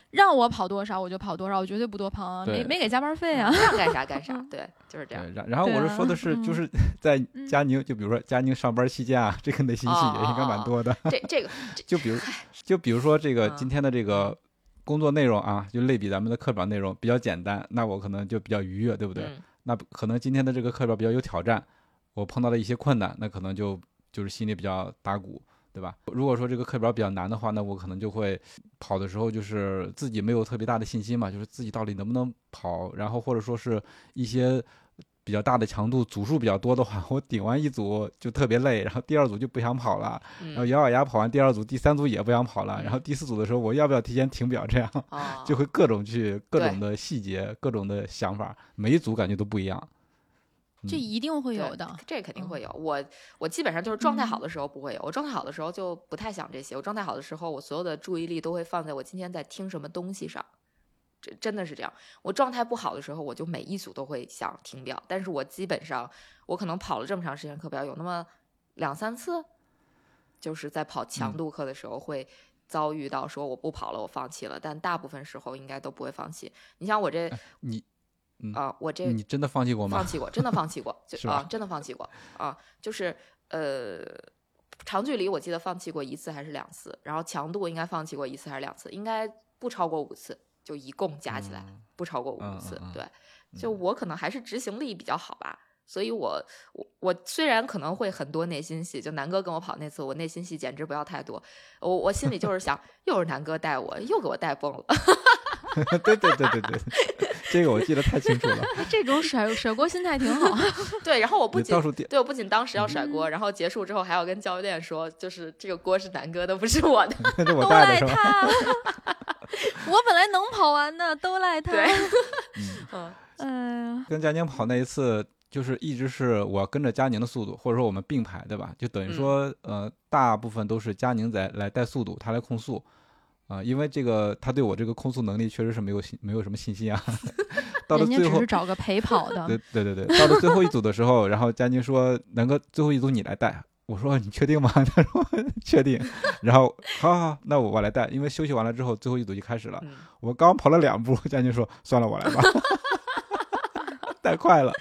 S1: 让我跑多少我就跑多少，我绝对不多跑啊，没没给加班费啊，
S2: 让干啥干啥，对，就是这样。
S3: 然然后我是说的是，就是在佳宁，就比如说佳宁上班期间啊，这个内心戏也应该蛮多的。
S2: 这这个
S3: 就比如就比如说这个今天的这个工作内容啊，就类比咱们的课表内容比较简单，那我可能就比较愉悦，对不对？
S2: 嗯、
S3: 那可能今天的这个课表比较有挑战，我碰到了一些困难，那可能就就是心里比较打鼓。对吧？如果说这个课表比较难的话，那我可能就会跑的时候就是自己没有特别大的信心嘛，就是自己到底能不能跑，然后或者说是一些比较大的强度组数比较多的话，我顶完一组就特别累，然后第二组就不想跑了，
S2: 嗯、
S3: 然后咬咬牙跑完第二组，第三组也不想跑了，嗯、然后第四组的时候我要不要提前停表，这样、
S2: 哦、
S3: 就会各种去各种的细节各种的想法，每一组感觉都不一样。
S1: 这一定会有的，
S2: 这肯定会有。嗯、我我基本上就是状态好的时候不会有，嗯、我状态好的时候就不太想这些。我状态好的时候，我所有的注意力都会放在我今天在听什么东西上，这真的是这样。我状态不好的时候，我就每一组都会想停表，但是我基本上我可能跑了这么长时间课表，有那么两三次，就是在跑强度课的时候会遭遇到说我不跑了，我放弃了，但大部分时候应该都不会放弃。你像我这，
S3: 你。嗯
S2: 啊，我这
S3: 你真的放弃过吗？
S2: 放弃过，真的放弃过，就啊，真的放弃过啊，就是呃，长距离我记得放弃过一次还是两次，然后强度应该放弃过一次还是两次，应该不超过五次，就一共加起来、嗯、不超过五次。
S3: 嗯嗯嗯、
S2: 对，就我可能还是执行力比较好吧，所以我我我虽然可能会很多内心戏，就南哥跟我跑那次，我内心戏简直不要太多，我我心里就是想，又是南哥带我，又给我带崩了。
S3: 对对对对对，这个我记得太清楚了。
S1: 这种甩甩锅心态挺好。
S2: 对，然后我不仅
S3: 对
S2: 我不仅当时要甩锅、嗯，然后结束之后还要跟教练说，就是这个锅是南哥的，不是我的，
S3: 我
S1: 都赖他。我本来能跑完的，都赖他。
S2: 对，
S3: 嗯，
S1: 嗯、呃，
S3: 跟佳宁跑那一次，就是一直是我跟着佳宁的速度，或者说我们并排，对吧？就等于说，嗯、呃，大部分都是佳宁在来带速度，他来控速。啊、呃，因为这个他对我这个控速能力确实是没有没有什么信心啊。到了最后，
S1: 人家只是找个陪跑的。
S3: 对对对对，到了最后一组的时候，然后佳宁说：“南哥，最后一组你来带。”我说：“你确定吗？”他说：“确定。”然后，好好好，那我我来带。因为休息完了之后，最后一组就开始了。
S2: 嗯、
S3: 我刚跑了两步，佳宁说：“算了，我来吧。”太快了。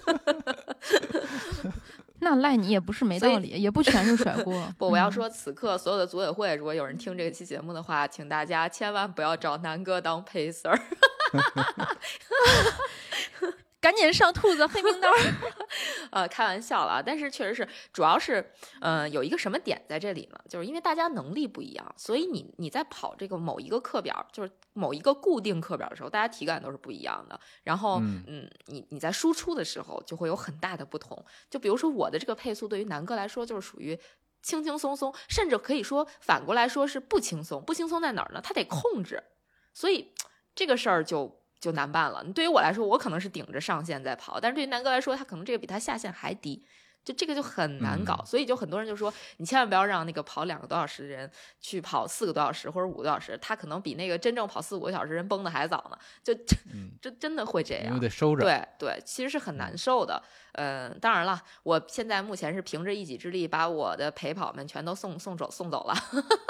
S1: 那赖你也不是没道理，也不全是甩锅。
S2: 不，我要说，此刻所有的组委会，如果有人听这期节目的话，请大家千万不要找南哥当 pacer。
S1: 赶紧上兔子黑名单。
S2: 呃，开玩笑了，但是确实是，主要是，呃，有一个什么点在这里呢？就是因为大家能力不一样，所以你你在跑这个某一个课表，就是某一个固定课表的时候，大家体感都是不一样的。然后，嗯，嗯你你在输出的时候就会有很大的不同。就比如说我的这个配速，对于南哥来说就是属于轻轻松松，甚至可以说反过来说是不轻松。不轻松在哪儿呢？他得控制，所以这个事儿就。就难办了。对于我来说，我可能是顶着上限在跑，但是对于南哥来说，他可能这个比他下限还低，就这个就很难搞。嗯、所以就很多人就说，你千万不要让那个跑两个多小时的人去跑四个多小时或者五个多小时，他可能比那个真正跑四五个小时人崩的还早呢。就这、嗯、真的会这样，
S3: 因为得收着。
S2: 对对，其实是很难受的。嗯、呃，当然了，我现在目前是凭着一己之力把我的陪跑们全都送送走送走了。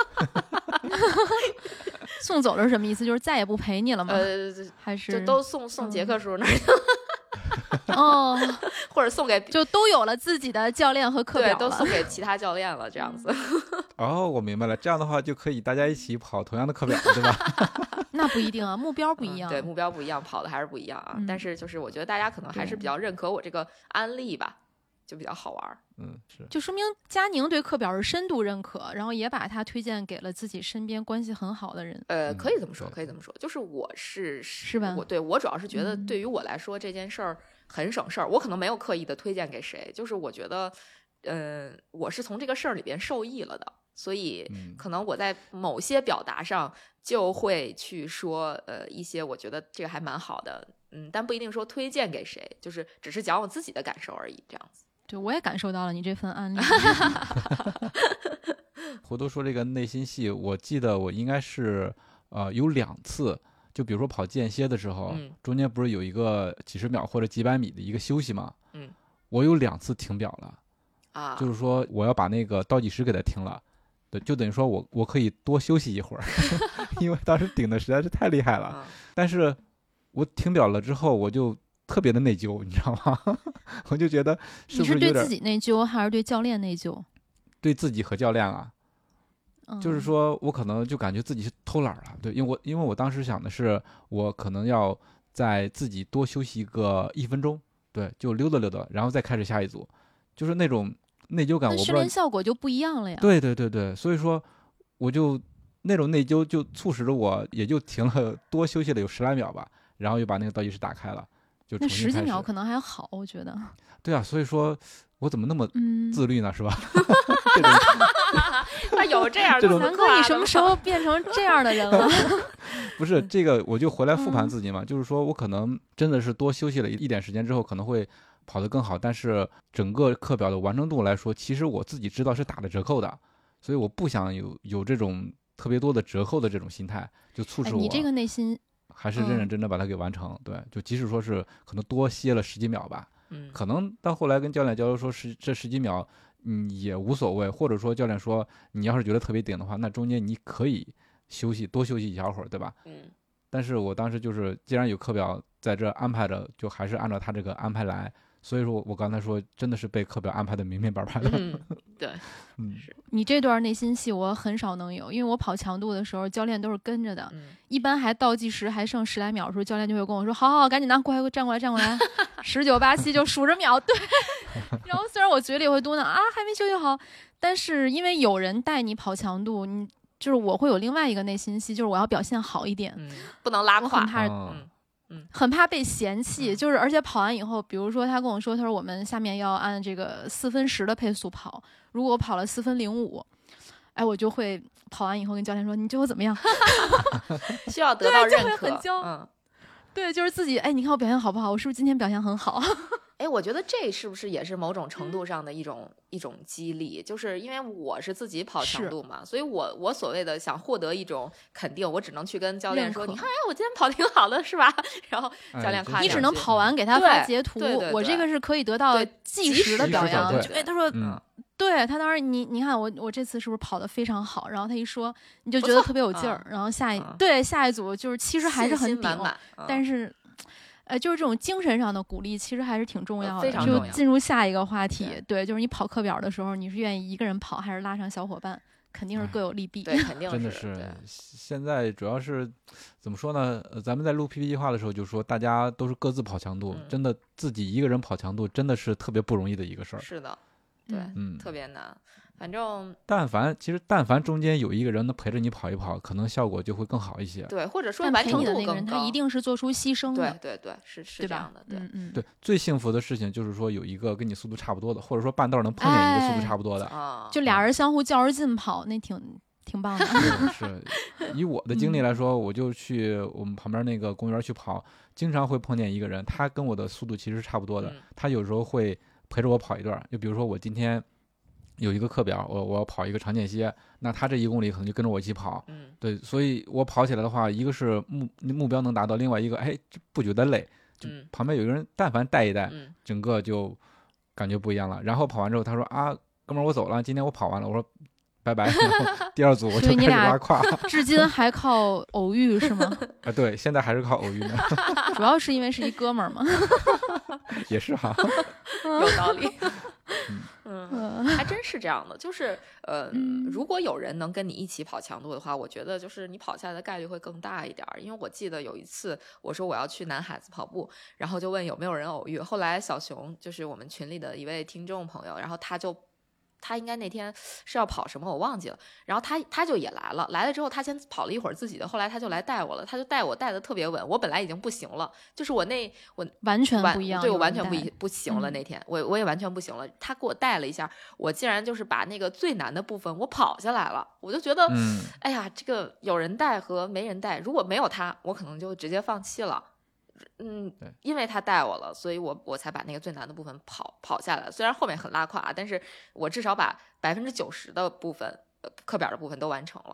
S1: 送走了是什么意思？就是再也不陪你了吗？
S2: 呃，
S1: 还是
S2: 就都送送杰克叔那儿去
S1: 了。哦，
S2: 或者送给
S1: 就都有了自己的教练和课表了，
S2: 对，都送给其他教练了，这样子。
S3: 哦，我明白了，这样的话就可以大家一起跑同样的课表，对吧？
S1: 那不一定啊，目标不一样。
S2: 嗯、对，目标不一样，跑的还是不一样啊。嗯、但是就是我觉得大家可能还是比较认可我这个案例吧。就比较好玩，
S3: 嗯，是，
S1: 就说明佳宁对课表是深度认可，然后也把它推荐给了自己身边关系很好的人。
S2: 呃，可以这么说，可以这么说，就是我是
S1: 是吧？
S2: 我对我主要是觉得，对于我来说、嗯、这件事儿很省事儿，我可能没有刻意的推荐给谁，就是我觉得，嗯、呃，我是从这个事儿里边受益了的，所以可能我在某些表达上就会去说，呃，一些我觉得这个还蛮好的，嗯，但不一定说推荐给谁，就是只是讲我自己的感受而已，这样子。
S1: 对，我也感受到了你这份案例。
S3: 回头说这个内心戏，我记得我应该是呃有两次，就比如说跑间歇的时候、嗯，中间不是有一个几十秒或者几百米的一个休息吗？
S2: 嗯，
S3: 我有两次停表了，
S2: 啊，
S3: 就是说我要把那个倒计时给它停了， 对，就等于说我我可以多休息一会儿，因为当时顶的实在是太厉害了。
S2: 嗯、
S3: 但是我停表了之后，我就特别的内疚，你知道吗？我就觉得是不是有点
S1: 你是对自己内疚还是对教练内疚？
S3: 对自己和教练啊。
S1: 嗯、
S3: 就是说我可能就感觉自己是偷懒了，对，因为我因为我当时想的是，我可能要在自己多休息一个一分钟，对，就溜达溜达，然后再开始下一组，就是那种内疚感，我不知道
S1: 那训练效果就不一样了呀。
S3: 对对对对，所以说我就那种内疚就促使着我也就停了，多休息了有十来秒吧，然后又把那个倒计时打开了，就重
S1: 那
S3: 新开始。
S1: 十几秒可能还好，我觉得。
S3: 对啊，所以说我怎么那么自律呢？
S1: 嗯、
S3: 是吧？
S2: 这种他有这样
S3: 这种
S1: 南哥，你什么时候变成这样的人了？
S3: 不是这个，我就回来复盘
S1: 嗯
S3: 自己嘛，就是说我可能真的是多休息了一点时间之后，可能会跑得更好，但是整个课表的完成度来说，其实我自己知道是打了折扣的，所以我不想有有这种特别多的折扣的这种心态，就促使我。
S1: 哎、你这个内心
S3: 还是认认真真把它给完成。嗯、对，就即使说是可能多歇了十几秒吧，
S2: 嗯，
S3: 可能到后来跟教练交流说十这十几秒。嗯，也无所谓，或者说教练说你要是觉得特别顶的话，那中间你可以休息多休息一小会儿，对吧？
S2: 嗯。
S3: 但是我当时就是既然有课表在这安排着，就还是按照他这个安排来。所以说我刚才说真的是被课表安排的明明白白的。
S2: 嗯，对，
S3: 嗯，
S1: 你这段内心戏我很少能有，因为我跑强度的时候教练都是跟着的，
S2: 嗯、
S1: 一般还倒计时还剩十来秒的时候，教练就会跟我说：“好好好，赶紧拿，过来，站过来，站过来，十九八七就数着秒。”对。然后虽然我嘴里会嘟囔啊还没休息好，但是因为有人带你跑强度，你就是我会有另外一个内心戏，就是我要表现好一点，
S2: 嗯、不能拉胯，
S1: 我很怕。
S3: 哦
S2: 嗯嗯，
S1: 很怕被嫌弃，就是而且跑完以后，比如说他跟我说，他说我们下面要按这个四分十的配速跑，如果我跑了四分零五，哎，我就会跑完以后跟教练说，你觉得我怎么样？
S2: 需要得到认可，
S1: 很骄
S2: 嗯，
S1: 对，就是自己，哎，你看我表现好不好？我是不是今天表现很好？
S2: 哎，我觉得这是不是也是某种程度上的一种、嗯、一种激励？就是因为我是自己跑强度嘛，所以我我所谓的想获得一种肯定，我只能去跟教练说，你看，哎，我今天跑挺好的，是吧？然后教练夸、
S3: 哎、
S1: 你只能跑完给他发截图，
S2: 对对对对，
S1: 我这个是可以得到即时的表扬。哎，他说，
S3: 嗯，
S1: 对他当时你你看我我这次是不是跑得非常好？然后他一说，你就觉得特别有劲儿。
S2: 嗯、
S1: 然后下一、
S2: 嗯、
S1: 对下一组就是其实还是很顶，
S2: 满满
S1: 嗯、但是。呃，就是这种精神上的鼓励，其实还是挺重要的。
S2: 非常重要。
S1: 就进入下一个话题，对，对就是你跑课表的时候，你是愿意一个人跑，还是拉上小伙伴？肯定是各有利弊。
S2: 对，肯定是。
S3: 真的是，现在主要是怎么说呢？呃，咱们在录 P P 计划的时候就说，大家都是各自跑强度，
S2: 嗯、
S3: 真的自己一个人跑强度，真的是特别不容易的一个事儿。
S2: 是的，对，
S3: 嗯，
S2: 特别难。反正，
S3: 但凡其实但凡中间有一个人能陪着你跑一跑，可能效果就会更好一些。
S2: 对，或者说完成度更高。
S1: 那个人他一定是做出牺牲的。
S2: 对对对，是是这样的。对
S1: 嗯嗯。
S3: 对，最幸福的事情就是说有一个跟你速度差不多的，或者说半道能碰见一个速度差不多的，
S2: 哎、
S1: 就俩人相互较着劲跑，那挺挺棒的。
S3: 是，以我的经历来说，我就去我们旁边那个公园去跑，经常会碰见一个人，他跟我的速度其实差不多的，
S2: 嗯、
S3: 他有时候会陪着我跑一段，就比如说我今天。有一个课表，我我要跑一个长间歇，那他这一公里可能就跟着我一起跑，
S2: 嗯，
S3: 对，所以我跑起来的话，一个是目目标能达到，另外一个哎不觉得累，就旁边有一个人，但凡带一带，
S2: 嗯、
S3: 整个就感觉不一样了。然后跑完之后，他说啊，哥们儿我走了，今天我跑完了，我说拜拜。然后第二组我就开始拉胯。
S1: 至今还靠偶遇是吗？
S3: 啊，对，现在还是靠偶遇呢。
S1: 主要是因为是一哥们儿嘛。
S3: 也是哈，
S2: 有道理。
S3: 嗯，
S2: 嗯，还真是这样的，就是呃、
S1: 嗯，
S2: 如果有人能跟你一起跑强度的话，我觉得就是你跑下来的概率会更大一点。因为我记得有一次我说我要去南海子跑步，然后就问有没有人偶遇，后来小熊就是我们群里的一位听众朋友，然后他就他应该那天是要跑什么我忘记了，然后他他就也来了，来了之后他先跑了一会儿自己的，后来他就来带我了，他就带我带的特别稳，我本来已经不行了，就是我那我
S1: 完全不一样，
S2: 对我完全不不行了，
S1: 嗯、
S2: 那天我我也完全不行了，他给我带了一下，我竟然就是把那个最难的部分我跑下来了，我就觉得，
S3: 嗯、
S2: 哎呀，这个有人带和没人带，如果没有他，我可能就直接放弃了。嗯，因为他带我了，所以我我才把那个最难的部分跑跑下来。虽然后面很拉胯，但是我至少把百分之九十的部分，呃，课表的部分都完成了。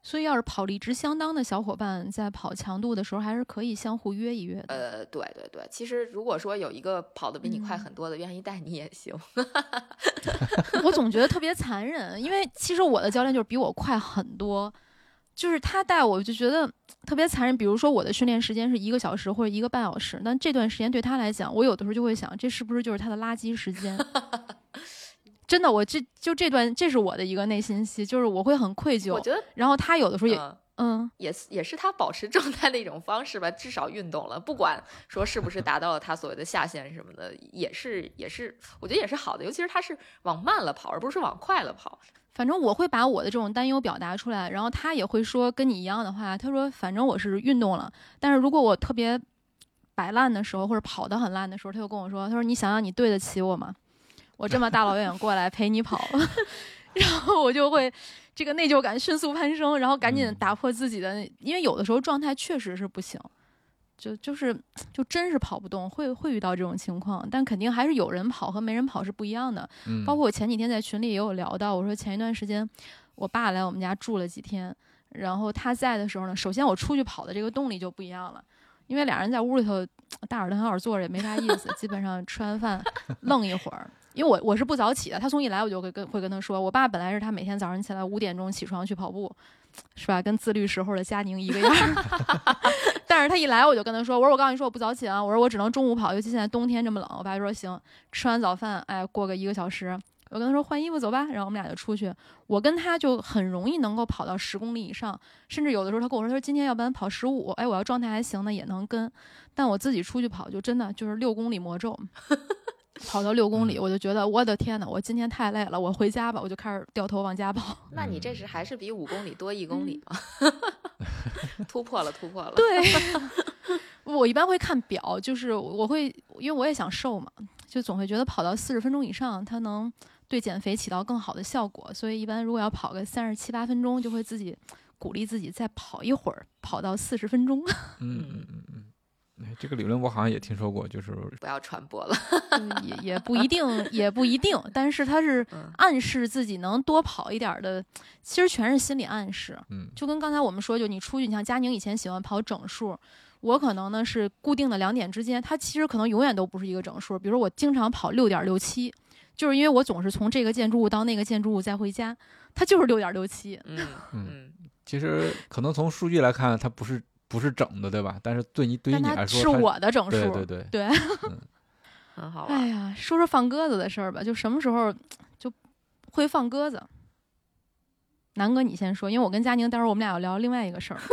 S1: 所以要是跑力值相当的小伙伴，在跑强度的时候，还是可以相互约一约的。
S2: 呃，对对对，其实如果说有一个跑得比你快很多的，嗯、愿意带你也行。
S1: 我总觉得特别残忍，因为其实我的教练就是比我快很多，就是他带我就觉得特别残忍。比如说我的训练时间是一个小时或者一个半小时，但这段时间对他来讲，我有的时候就会想，这是不是就是他的垃圾时间？真的，我这就这段，这是我的一个内心戏，就是我会很愧疚。
S2: 我觉得，
S1: 然后他有的时候也，
S2: 嗯，
S1: 嗯
S2: 也也是他保持状态的一种方式吧，至少运动了，不管说是不是达到了他所谓的下限什么的，也是也是，我觉得也是好的。尤其是他是往慢了跑，而不是往快了跑。
S1: 反正我会把我的这种担忧表达出来，然后他也会说跟你一样的话，他说反正我是运动了，但是如果我特别摆烂的时候，或者跑得很烂的时候，他就跟我说，他说你想想你对得起我吗？我这么大老远过来陪你跑，然后我就会这个内疚感迅速攀升，然后赶紧打破自己的，嗯、因为有的时候状态确实是不行，就就是就真是跑不动，会会遇到这种情况，但肯定还是有人跑和没人跑是不一样的。
S3: 嗯，
S1: 包括我前几天在群里也有聊到，我说前一段时间我爸来我们家住了几天，然后他在的时候呢，首先我出去跑的这个动力就不一样了。因为俩人在屋里头大耳瞪小耳坐着也没啥意思，基本上吃完饭愣一会儿。因为我我是不早起的，他从一来我就会跟会跟他说，我爸本来是他每天早上起来五点钟起床去跑步，是吧？跟自律时候的佳宁一个样。但是他一来我就跟他说，我说我告诉你说我不早起啊，我说我只能中午跑，尤其现在冬天这么冷。我爸说行，吃完早饭，哎，过个一个小时。我跟他说换衣服走吧，然后我们俩就出去。我跟他就很容易能够跑到十公里以上，甚至有的时候他跟我说，他说今天要不然跑十五，哎，我要状态还行呢也能跟。但我自己出去跑就真的就是六公里魔咒，跑到六公里我就觉得我的天哪，我今天太累了，我回家吧，我就开始掉头往家跑。
S2: 那你这是还是比五公里多一公里吗？
S1: 嗯、
S2: 突破了，突破了。
S1: 对，我一般会看表，就是我会因为我也想瘦嘛，就总会觉得跑到四十分钟以上，它能对减肥起到更好的效果，所以一般如果要跑个三十七八分钟，就会自己鼓励自己再跑一会儿，跑到四十分钟。
S3: 嗯嗯嗯嗯，这个理论我好像也听说过，就是
S2: 不要传播了。
S1: 也也不一定，也不一定，但是它是暗示自己能多跑一点的，其实全是心理暗示。
S3: 嗯，
S1: 就跟刚才我们说，就你出去，你像佳宁以前喜欢跑整数。我可能呢是固定的两点之间，它其实可能永远都不是一个整数。比如说我经常跑六点六七，就是因为我总是从这个建筑物到那个建筑物再回家，它就是六点六七。
S2: 嗯嗯，
S3: 其实可能从数据来看，它不是不是整的，对吧？但是对你对于你来说，
S1: 是我的整数。
S3: 对对对
S1: 对，
S3: 嗯，
S2: 很好玩。
S1: 哎呀，说说放鸽子的事儿吧，就什么时候就会放鸽子？南哥，你先说，因为我跟佳宁待会儿我们俩要聊另外一个事儿。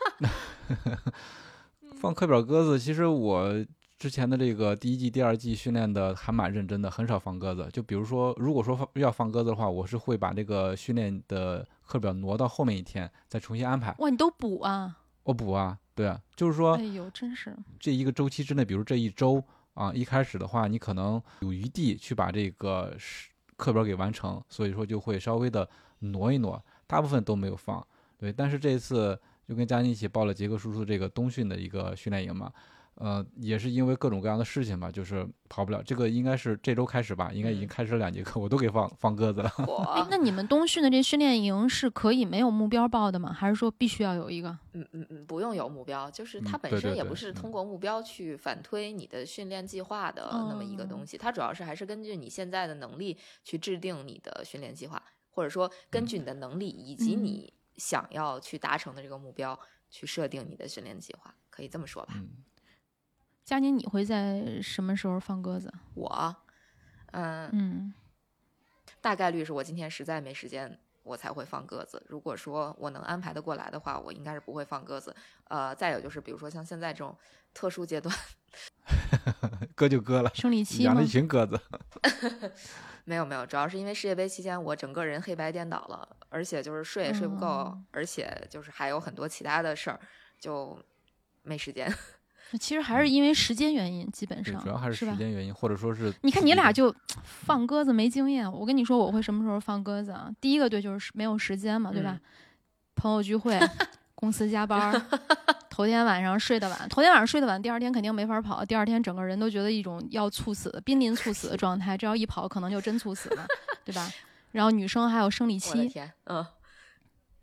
S3: 放课表鸽子，其实我之前的这个第一季、第二季训练的还蛮认真的，很少放鸽子。就比如说，如果说放要放鸽子的话，我是会把这个训练的课表挪到后面一天，再重新安排。
S1: 哇，你都补啊？
S3: 我补啊，对啊，就是说，
S1: 哎呦，真是
S3: 这一个周期之内，比如这一周啊，一开始的话，你可能有余地去把这个课表给完成，所以说就会稍微的挪一挪，大部分都没有放。对，但是这一次就跟佳宁一起报了杰克叔叔这个冬训的一个训练营嘛，呃，也是因为各种各样的事情吧，就是跑不了。这个应该是这周开始吧，应该已经开始了两节课，我都给放放鸽子了。
S1: 哎，那你们冬训的这训练营是可以没有目标报的吗？还是说必须要有一个？
S2: 嗯嗯嗯，不用有目标，就是它
S3: 嗯
S2: 本
S3: 对对对
S2: 身也不是通过目标去反推你的训练计划的那么一个东西，它主要是还是根据你现在的能力去制定你的训练计划，或者说根据你的能力以及你想要去达成的这个目标去设定你的训练计划，可以这么说吧。
S3: 嗯，
S1: 佳宁，你会在什么时候放鸽子？
S2: 我，嗯
S1: 嗯，
S2: 大概率是我今天实在没时间，我才会放鸽子。如果说我能安排得过来的话，我应该是不会放鸽子。呃，再有就是，比如说像现在这种特殊阶段，
S3: 割就割了，
S1: 生理期吗？
S3: 养了一群鸽子。
S2: 没有没有，主要是因为世界杯期间我整个人黑白颠倒了，而且就是睡也睡不够，
S1: 嗯、
S2: 而且就是还有很多其他的事儿，就没时间。
S1: 其实还是因为时间原因，基本上
S3: 主要还是时间原因，或者说是
S1: 你看你俩就放鸽子没经验。我跟你说我会什么时候放鸽子啊？第一个对就是没有时间嘛，对吧？嗯、朋友聚会，公司加班，头天晚上睡得晚，头天晚上睡得晚，第二天肯定没法跑，第二天整个人都觉得一种要猝死、濒临猝死的状态，这要一跑可能就真猝死了，对吧？然后女生还有生理期，
S2: 我的天，嗯。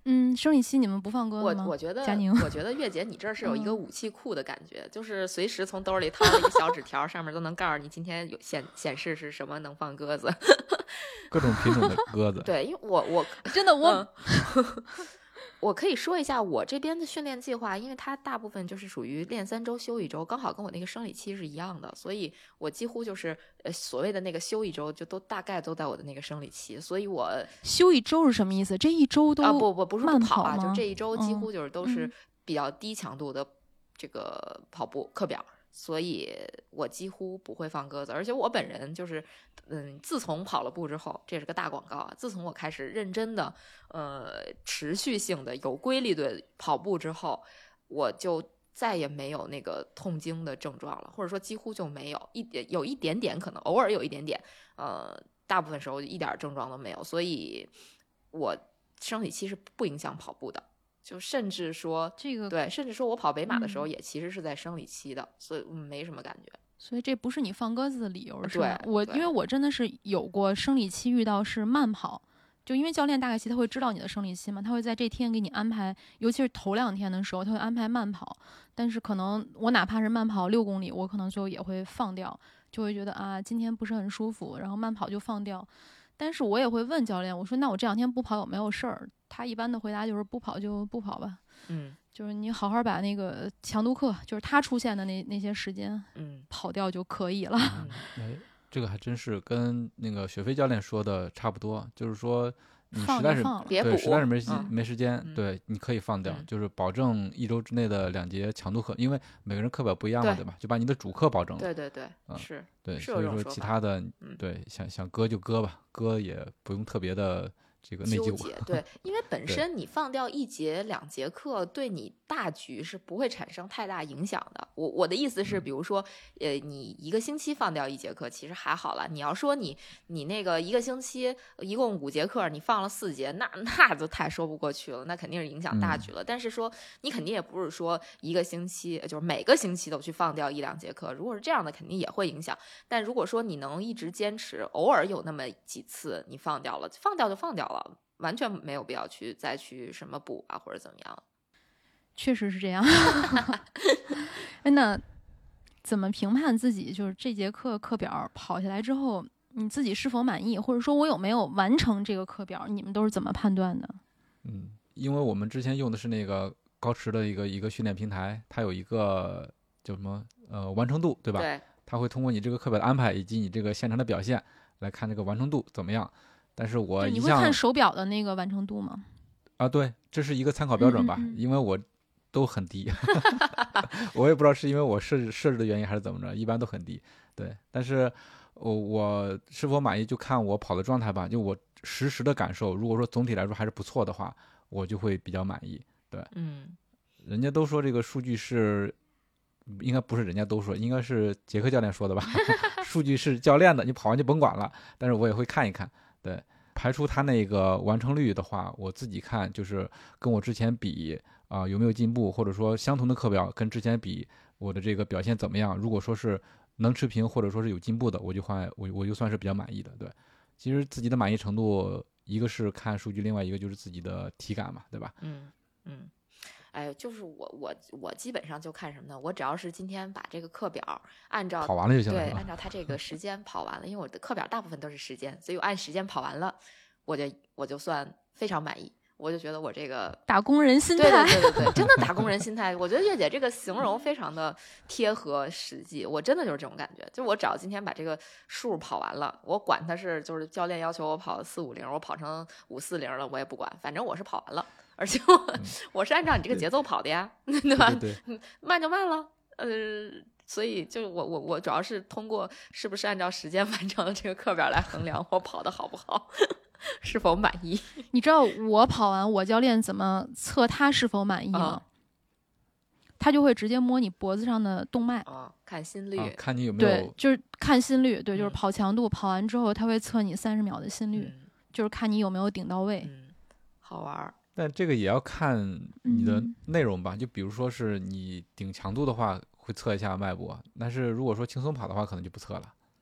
S1: 嗯，生理期你们不放鸽子吗？
S2: 我我觉得
S1: 佳宁，
S2: 我觉得月姐你这儿是有一个武器库的感觉，嗯、就是随时从兜里掏了一个小纸条，上面都能告诉你今天有显显示是什么能放鸽子，
S3: 各种品种的鸽子。
S2: 对，因为我我
S1: 真的我。
S2: 嗯我可以说一下我这边的训练计划，因为它大部分就是属于练三周休一周，刚好跟我那个生理期是一样的，所以我几乎就是呃所谓的那个休一周，就都大概都在我的那个生理期，所以我
S1: 休一周是什么意思？这一周都
S2: 啊不不不是不跑啊，
S1: 慢跑吗？
S2: 就这一周几乎就是都是
S1: 嗯
S2: 比较低强度的这个跑步课表。所以我几乎不会放鸽子，而且我本人就是，嗯，自从跑了步之后，这是个大广告啊。自从我开始认真的，呃，持续性的、有规律的跑步之后，我就再也没有那个痛经的症状了，或者说几乎就没有，一点有一点点，可能偶尔有一点点，呃，大部分时候一点症状都没有。所以，我生理期是不影响跑步的。就甚至说
S1: 这个
S2: 对，甚至说我跑北马的时候
S1: 嗯
S2: 也其实是在生理期的，所以没什么感觉。
S1: 所以这不是你放鸽子的理由是吧？
S2: 对对
S1: 我因为我真的是有过生理期遇到是慢跑，就因为教练大概期他会知道你的生理期嘛，他会在这天给你安排，尤其是头两天的时候他会安排慢跑，但是可能我哪怕是慢跑六公里，我可能最后也会放掉，就会觉得啊今天不是很舒服，然后慢跑就放掉。但是我也会问教练，我说那我这两天不跑有没有事儿？他一般的回答就是不跑就不跑吧，
S2: 嗯，
S1: 就是你好好把那个强度课，就是他出现的那那些时间，
S2: 嗯，
S1: 跑掉就可以了。
S2: 嗯
S3: 哎，这个还真是跟那个雪飞教练说的差不多，就是说你
S1: 放
S3: 实在是
S1: 就放了，
S3: 对
S2: 别补，
S3: 实在是没时、
S2: 嗯
S3: 没时间，
S2: 嗯
S3: 对，你可以放掉，
S2: 嗯
S3: 就是保证一周之内的两节强度课，因为每个人课表不一样嘛，
S2: 对
S3: 对吧？就把你的主课保证了。
S2: 对对对，
S3: 嗯
S2: 是
S3: 对，
S2: 是有
S3: 所以说
S2: 这种说法
S3: 其他的，
S2: 嗯
S3: 对，想想割就割吧，割也不用特别的这个内疚。
S2: 纠结，对，因为本身你放掉一节两节课，对你大局是不会产生太大影响的。我我的意思是，比如说，呃，你一个星期放掉一节课，其实还好了。你要说你你那个一个星期一共五节课，你放了四节，那那就太说不过去了，那肯定是影响大局了。但是说你肯定也不是说一个星期就是每个星期都去放掉一两节课，如果是这样的，肯定也会影响。但如果说你能一直坚持，偶尔有那么几次你放掉了，放掉就放掉了，完全没有必要去再去什么补啊或者怎么样。
S1: 确实是这样。哎，那怎么评判自己？就是这节课课表跑下来之后，你自己是否满意，或者说我有没有完成这个课表？你们都是怎么判断的？
S3: 嗯，因为我们之前用的是那个高驰的一个一个训练平台，它有一个叫什么呃完成度，对吧？
S2: 对，
S3: 它会通过你这个课表的安排以及你这个现场的表现来看这个完成度怎么样。但是我
S1: 就你会
S3: 一向
S1: 看手表的那个完成度吗？
S3: 啊，对，这是一个参考标准吧，
S1: 嗯嗯嗯
S3: 因为我都很低，我也不知道是因为我设置设置的原因还是怎么着，一般都很低。对，但是我我是否满意就看我跑的状态吧，就我实时的感受，如果说总体来说还是不错的话，我就会比较满意。对，
S2: 嗯，
S3: 人家都说这个数据是，应该不是人家都说，应该是杰克教练说的吧？数据是教练的，你跑完就甭管了。但是我也会看一看，对，排除他那个完成率的话，我自己看就是跟我之前比啊、呃、有没有进步，或者说相同的课表跟之前比，我的这个表现怎么样？如果说是能持平或者说是有进步的，我就换我我就算是比较满意的。对，其实自己的满意程度，一个是看数据，另外一个就是自己的体感嘛，对吧？
S2: 嗯嗯。哎，就是我我我基本上就看什么呢？我只要是今天把这个课表按照
S3: 跑完了就行了，
S2: 对，
S3: 是吧
S2: 按照他这个时间跑完了，因为我的课表大部分都是时间，所以我按时间跑完了，我就我就算非常满意。我就觉得我这个
S1: 打工人心态，
S2: 对对对对对，真的打工人心态。我觉得月姐这个形容非常的贴合实际，我真的就是这种感觉。就我只要今天把这个数跑完了，我管他是就是教练要求我跑四五零，我跑成五四零了，我也不管，反正我是跑完了，而且我、嗯、我是按照你这个节奏跑的呀，对吧？
S3: 对对对，
S2: 慢就慢了，呃。所以就我我我主要是通过是不是按照时间完成了这个课表来衡量我跑的好不好，是否满意。
S1: 你知道我跑完我教练怎么测他是否满意吗？
S2: 啊、
S1: 他就会直接摸你脖子上的动脉，
S2: 啊、看心率、
S3: 啊，看你有没有，
S1: 对，就是看心率，对，
S2: 嗯、
S1: 就是跑强度，跑完之后他会测你三十秒的心率，
S2: 嗯、
S1: 就是看你有没有顶到位。
S2: 嗯，好玩。
S3: 但这个也要看你的
S1: 嗯
S3: 内容吧，就比如说是你顶强度的话，会测一下脉搏，但是如果说轻松跑的话，可能就不测了。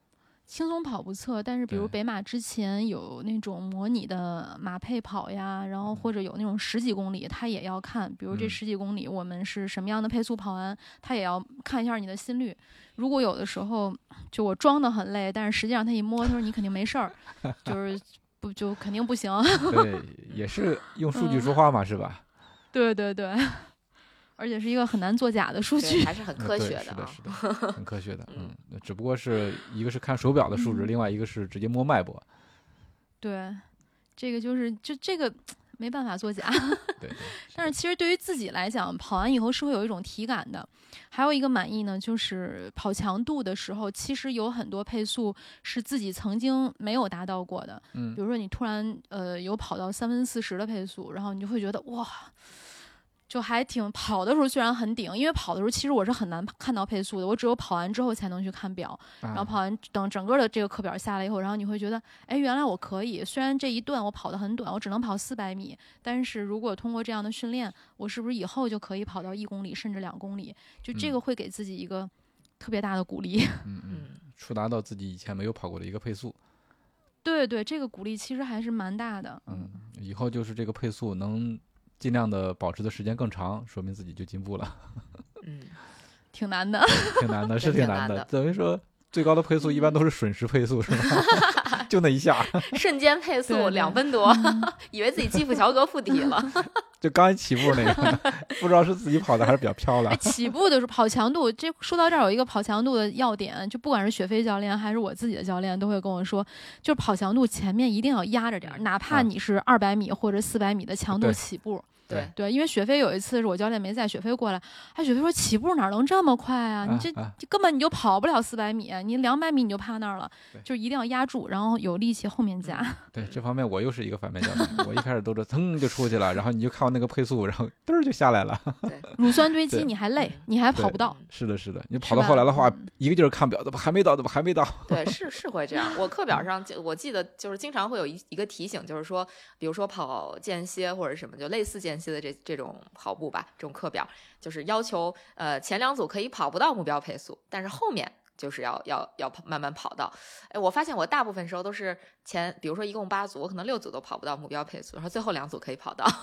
S1: 轻松跑步测，但是比如
S3: 对
S1: 北马之前有那种模拟的马配跑呀，然后或者有那种十几公里，他也要看，比如这
S3: 嗯
S1: 十几公里我们是什么样的配速跑完，他也要看一下你的心率。如果有的时候就我装的很累，但是实际上他一摸，他说你肯定没事儿，就是不就肯定不行。
S3: 对，也是用数据说话嘛，是吧？
S1: 对对对，而且是一个很难作假的数
S2: 对，
S1: 据。
S2: 还是很科
S3: 对
S2: 学的啊。
S3: 是的，是的，很科学的。嗯，只不过是一个是看手表的数值，
S1: 嗯
S3: 另外一个是直接摸脉搏。
S1: 对，这个就是就这个没办法作假。
S3: 对，对
S1: 但是其实对于自己来讲，跑完以后是会有一种体感的。还有一个满意呢，就是跑强度的时候，其实有很多配速是自己曾经没有达到过的。
S3: 嗯
S1: 比如说你突然呃有跑到三分四十的配速，然后你就会觉得哇。就还挺跑的时候虽然很顶，因为跑的时候其实我是很难看到配速的，我只有跑完之后才能去看表，然后跑完等整个的这个课表下来以后，然后你会觉得，哎，原来我可以，虽然这一段我跑得很短，我只能跑四百米，但是如果通过这样的训练，我是不是以后就可以跑到一公里甚至两公里？就这个会给自己一个特别大的鼓励。
S3: 嗯嗯，触达到自己以前没有跑过的一个配速。
S1: 对对，这个鼓励其实还是蛮大的。
S3: 嗯，以后就是这个配速能尽量的保持的时间更长，说明自己就进步了。
S2: 嗯，
S1: 挺难的，
S3: 挺难的，是
S2: 挺
S3: 难的。
S2: 难的
S3: 等于说最高的配速一般都是瞬时配速，是吧？就那一下，
S2: 瞬间配速
S1: 对对
S2: 两分多，以为自己基辅乔格附体了。
S3: 就刚一起步那个，不知道是自己跑的还是比较飘了
S1: 哎，。起步的时候跑强度，这说到这儿有一个跑强度的要点，就不管是雪飞教练还是我自己的教练，都会跟我说，就是跑强度前面一定要压着点儿，哪怕你是二百米或者四百米的强度
S3: 对
S1: 起步。
S2: 对
S1: 对，因为雪飞有一次是我教练没在，雪飞过来，哎，雪飞说起步哪能这么快啊？你这
S3: 啊啊
S1: 这根本你就跑不了四百米，你两百米你就趴那儿了，
S3: 对
S1: 就一定要压住，然后有力气后面加。
S3: 对这方面我又是一个反面教材，我一开始都是噌就出去了，然后你就看我那个配速，然后嘚儿就下来了。
S2: 对，
S1: 乳酸堆积
S3: 对
S1: 你还累，你还跑不到。
S3: 是的，是的，你
S1: 是
S3: 跑到
S1: 吧
S3: 后来的话
S1: 嗯，
S3: 一个劲儿看表，怎么还没到？怎么还没到？
S2: 对，是是会这样。我课表上就我记得就是经常会有一一个提醒，就是说，比如说跑间歇或者什么，就类似间歇的这这种跑步吧，这种课表就是要求呃前两组可以跑不到目标配速，但是后面就是要要要跑慢慢跑到。哎，我发现我大部分时候都是前，比如说一共八组，我可能六组都跑不到目标配速，然后最后两组可以跑到。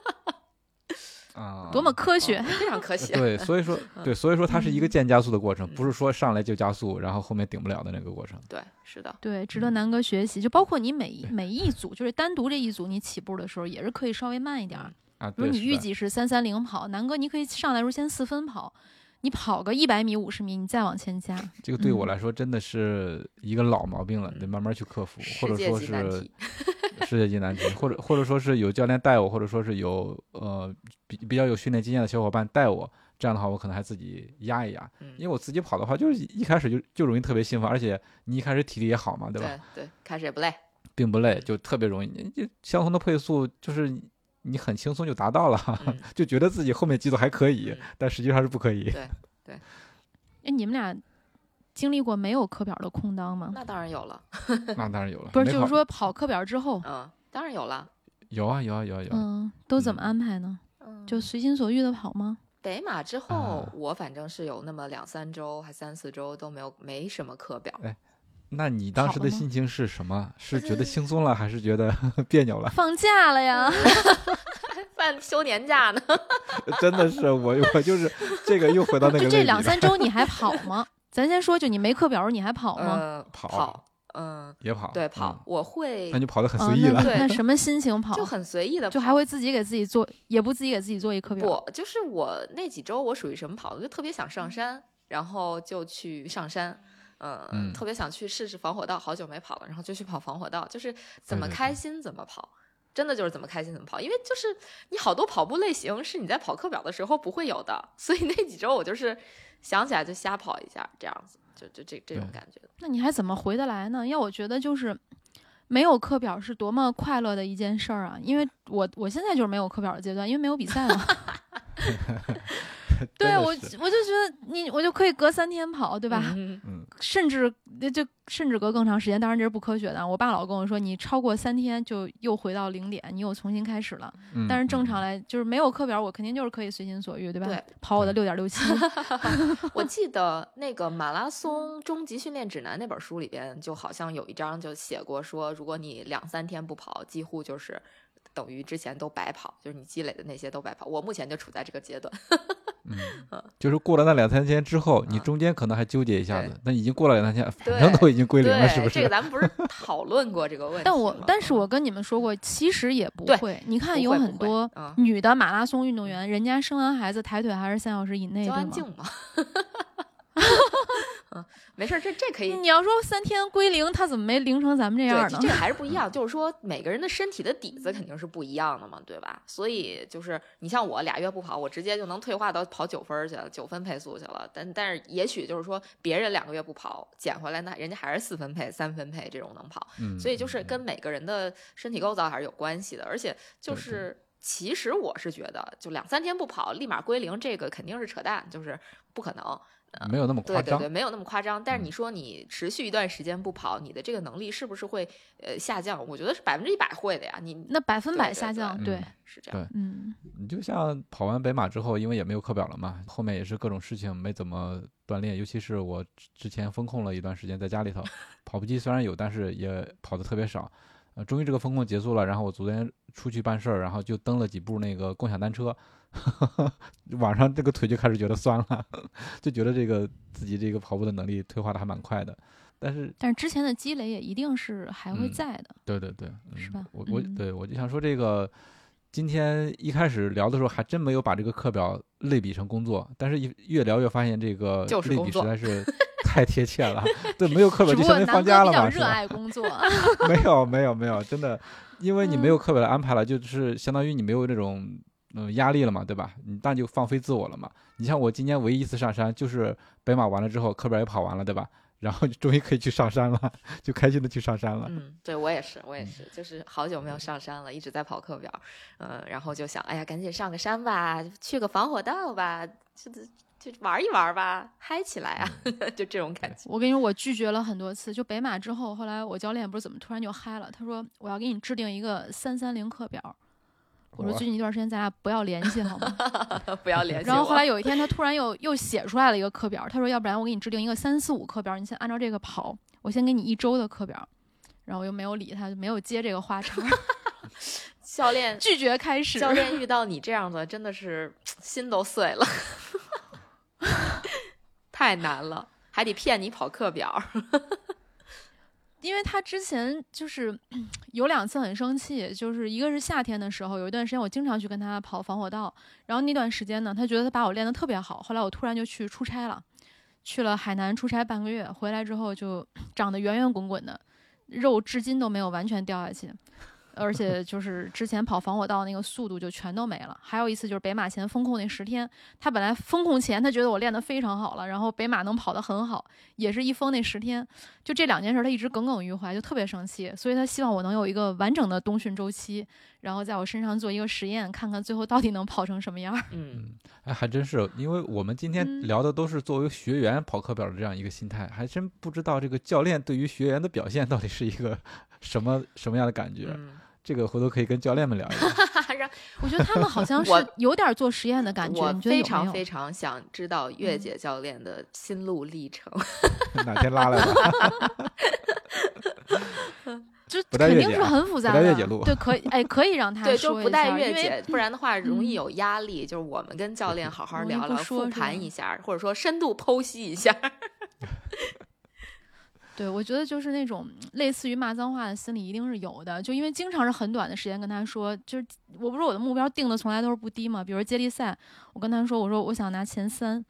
S3: 啊，
S1: 多么科学！
S2: 非常科学。
S3: 对，所以说
S2: 嗯
S3: 对，所以说它是一个渐加速的过程，
S2: 嗯
S3: 不是说上来就加速，然后后面顶不了的那个过程。
S2: 对，是的，
S1: 对，值得南哥学习。就包括你每一每一组，就是单独这一组，你起步的时候也是可以稍微慢一点儿。
S3: 啊，
S1: 比如
S3: 对，是的
S1: 你预计是三三零跑，南哥你可以上来时候先四分跑，你跑个一百米、五十米，你再往前加。
S3: 这个对我
S1: 嗯
S3: 来说真的是一个老毛病了，得慢慢去克服，或者
S2: 世界
S3: 说是
S2: 级难题。
S3: 世界级难题，或者或者说是有教练带我，或者说是有呃比比较有训练经验的小伙伴带我，这样的话我可能还自己压一压，
S2: 嗯
S3: 因为我自己跑的话，就是一开始就就容易特别兴奋，而且你一开始体力也好嘛，对吧？
S2: 对对，开始也不累。
S3: 并不累，就特别容易，你就相同的配速，就是你很轻松就达到了，
S2: 嗯
S3: 就觉得自己后面激度还可以，
S2: 嗯
S3: 但实际上是不可以。
S2: 对
S1: 哎，你们俩经历过没有课表的空档吗？
S2: 那当然有了。
S3: 那当然有了，
S1: 不是，
S3: 没跑
S1: 就是说跑课表之后，
S2: 嗯，当然有了。
S3: 有啊有啊有啊有啊，
S1: 嗯，都怎么
S3: 嗯
S1: 安排呢？
S2: 嗯，
S1: 就随心所欲的跑吗？
S2: 北马之后，
S3: 啊
S2: 我反正是有那么两三周，还三四周都没有没什么课表。
S3: 那你当时的
S1: 跑了吗
S3: 心情是什么？是觉得轻松了，还是觉得别扭了？
S1: 放假了呀！
S2: 办休年假呢？
S3: 真的是我我就是这个又回到那个
S1: 就这两
S3: 类比了
S1: 三周你还跑吗？咱先说，就你没课表你还跑吗？
S2: 呃，
S3: 跑
S2: 跑，嗯，
S3: 也跑，
S2: 对，跑，
S3: 嗯
S2: 我会
S3: 那你跑得很
S1: 啊
S3: 随意了。
S1: 那
S2: 对
S1: 那什么心情跑？
S2: 就很随意的，
S1: 就还会自己给自己做，也不自己给自己做一课表。
S2: 不，就是我那几周我属于什么跑的，就特别想上山，然后就去上山。嗯，
S3: 嗯
S2: 特别想去试试防火道，好久没跑了，然后就去跑防火道，就是怎么
S3: 对对对
S2: 开心怎么跑，真的就是怎么开心怎么跑，因为就是你好多跑步类型是你在跑课表的时候不会有的，所以那几周我就是想起来就瞎跑一下，这样子，就就这这种
S3: 对
S2: 感觉。
S1: 那你还怎么回得来呢？要我觉得就是没有课表是多么快乐的一件事儿啊！因为我我现在就是没有课表的阶段，因为没有比赛了。对我，我
S3: 真的是
S1: 就觉得你，我就可以隔三天跑，对吧？
S2: 嗯
S3: 嗯
S1: 甚至那就甚至隔更长时间，当然这是不科学的。我爸老跟我说，你超过三天就又回到零点，你又重新开始了。
S3: 嗯、
S1: 但是正常来就是没有课表，我肯定就是可以随心所欲，对吧？
S2: 对，
S1: 跑我的六点六七。
S2: 我记得那个马拉松终极训练指南那本书里边，就好像有一章就写过说，如果你两三天不跑，几乎就是等于之前都白跑，就是你积累的那些都白跑。我目前就处在这个阶段。
S3: 嗯，就是过了那两三天之后，你中间可能还纠结一下子，那已经过了两三天，反正都已经归零了，是不是？
S2: 这个咱们不是讨论过这个问题
S1: 但我但是我跟你们说过，其实也不会。你看有很多女的马拉松运动员，人家生完孩子抬腿还是三小时以内，
S2: 焦安静嘛。嗯，没事，这这可以。
S1: 你要说三天归零，他怎么没零成咱们这样呢？
S2: 这个还是不一样，就是说每个人的身体的底子肯定是不一样的嘛，对吧？所以就是你像我俩月不跑，我直接就能退化到跑九分去了，九分配速去了。但但是也许就是说别人两个月不跑减回来，那人家还是四分配、三分配这种能跑。
S3: 嗯，
S2: 所以就是跟每个人的身体构造还是有关系的，而且就是。对对，其实我是觉得，就两三天不跑立马归零，这个肯定是扯淡，就是不可能。
S3: 没有那么夸张，
S2: 对对对，没有那么夸张。但是你说你持续一段时间不跑，你的这个能力是不是会呃下降？我觉得是百分之一百会的呀。你
S1: 那百分百下降，
S2: 对，对对对是这样。
S1: 嗯，
S3: 你就像跑完北马之后，因为也没有课表了嘛，后面也是各种事情没怎么锻炼，尤其是我之前风控了一段时间在家里头，跑步机虽然有，但是也跑得特别少。呃，终于这个风控结束了，然后我昨天出去办事儿，然后就蹬了几步那个共享单车，呵呵，晚上这个腿就开始觉得酸了，就觉得这个自己这个跑步的能力退化的还蛮快的。但是
S1: 但是之前的积累也一定是还会在的。
S3: 嗯、对对对、嗯，
S1: 是吧？
S3: 我我对我就想说这个，今天一开始聊的时候还真没有把这个课表类比成工作，但是一越聊越发现这个类比实在是。太贴切了，对，没有课表就相当于放假了嘛。
S1: 热爱工作，
S3: 没有没有没有，真的，因为你没有课表的安排了，就是相当于你没有那种嗯、呃、压力了嘛，对吧？你那就放飞自我了嘛。你像我今年唯一一次上山，就是北马完了之后，课表也跑完了，对吧？然后终于可以去上山了，就开心的去上山了。
S2: 嗯，对我也是，我也是，就是好久没有上山了，一直在跑课表，嗯，然后就想，哎呀，赶紧上个山吧，去个防火道吧，就就玩一玩吧，嗨起来啊，就这种感觉。
S1: 我跟你说，我拒绝了很多次。就北马之后，后来我教练不是怎么突然就嗨了，他说我要给你制定一个三三零课表。我说最近一段时间咱俩不要联系好吗？
S2: 不要联系。
S1: 然后后来有一天他突然又又写出来了一个课表，他说要不然我给你制定一个三四五课表，你先按照这个跑，我先给你一周的课表。然后我又没有理他，就没有接这个话茬。
S2: 教练
S1: 拒绝开始。
S2: 教练遇到你这样的真的是心都碎了。太难了，还得骗你跑课表。
S1: 因为他之前就是有两次很生气，就是一个是夏天的时候，有一段时间我经常去跟他跑防火道，然后那段时间呢，他觉得他把我练得特别好，后来我突然就去出差了，去了海南出差半个月，回来之后就长得圆圆滚滚的，肉至今都没有完全掉下去。而且就是之前跑防火道那个速度就全都没了。还有一次就是北马前风控那十天，他本来风控前他觉得我练得非常好了，然后北马能跑得很好，也是一封那十天，就这两件事他一直耿耿于怀，就特别生气，所以他希望我能有一个完整的冬训周期，然后在我身上做一个实验，看看最后到底能跑成什么样。
S2: 嗯，
S3: 哎，还真是，因为我们今天聊的都是作为学员跑课表的这样一个心态，还真不知道这个教练对于学员的表现到底是一个什么什么样的感觉。
S2: 嗯，
S3: 这个回头可以跟教练们聊一聊。
S1: 我觉得他们好像是有点做实验的感觉。
S2: 我
S1: 你觉得有没有？
S2: 非常非常想知道月姐教练的心路历程。
S3: 哪天拉来吧。
S1: 就肯定是很复杂的。
S3: 不带月姐录。
S1: 对，可以，哎，可以让他说一下。
S2: 对，就不带月姐，不然的话容易有压力。嗯、就是我们跟教练好好聊聊，复盘一下，或者说深度剖析一下。
S1: 对，我觉得就是那种类似于骂脏话的心理一定是有的，就因为经常是很短的时间跟他说，就是我不是我的目标定的从来都是不低嘛，比如接力赛，我跟他说，我说我想拿前三，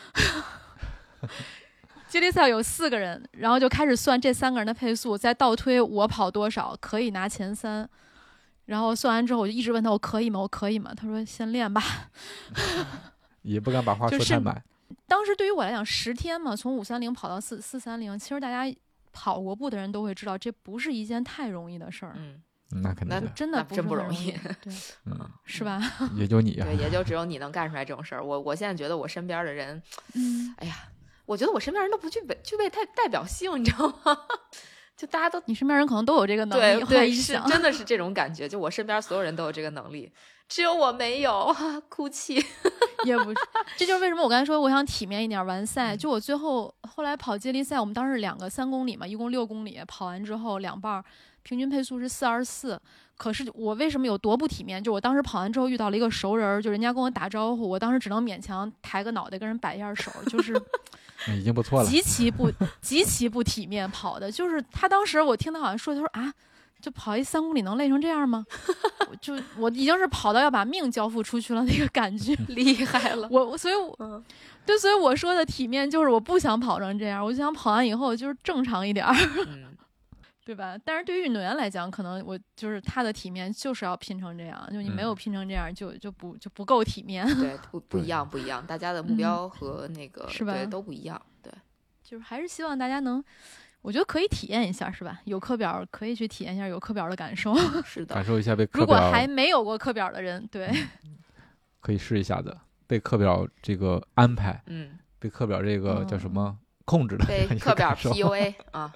S1: 接力赛有四个人，然后就开始算这三个人的配速，再倒推我跑多少可以拿前三，然后算完之后我就一直问他我可以吗？我可以吗？他说先练吧，
S3: 也不敢把话说太满。
S1: 当时对于我来讲，十天嘛，从五三零跑到四四三零，其实大家跑过步的人都会知道，这不是一件太容易的事儿。
S2: 嗯，
S3: 那肯定，
S1: 那真的
S2: 不真不容易，
S1: 对，
S3: 嗯，
S1: 是吧？
S3: 也就你啊，
S2: 对，也就只有你能干出来这种事儿。我我现在觉得我身边的人，
S1: 嗯，
S2: 哎呀， 我觉得我身边人都不具备具备太代表性，你知道吗？就大家都
S1: 你身边人可能都有这个能力，
S2: 对对，是
S1: 想
S2: 真的是这种感觉。就我身边所有人都有这个能力，只有我没有，哭泣。
S1: 也不是，这就是为什么我刚才说我想体面一点完赛。就我最后后来跑接力赛，我们当时两个三公里嘛，一共六公里，跑完之后两半，平均配速是四二四。可是我为什么有多不体面？就我当时跑完之后遇到了一个熟人，就人家跟我打招呼，我当时只能勉强抬个脑袋跟人摆一下手，就是
S3: 已经不错了，
S1: 极其不极其不体面跑的。就是他当时我听他好像说，他说啊，就跑一三公里能累成这样吗？我就我已经是跑到要把命交付出去了那个感觉，
S2: 厉害了。
S1: 我所以我，嗯，对，所以我说的体面就是我不想跑成这样，我就想跑完以后就是正常一点儿。嗯对吧？但是对于运动员来讲，可能我就是他的体面就是要拼成这样，就你没有拼成这样，就就不就不够体面。
S2: 对，不不一样，不一样，大家的目标和那个、
S1: 嗯、是吧？
S2: 对，都不一样。对，
S1: 就是还是希望大家能，我觉得可以体验一下，是吧？有课表可以去体验一下有课表的感受，
S2: 是的，
S3: 感受一下被课表。
S1: 如果还没有过课表的人，对，
S3: 嗯、可以试一下的，被课表这个安排，
S2: 嗯，
S3: 被课表这个叫什么？嗯控制的
S2: 被课表 P U A 啊，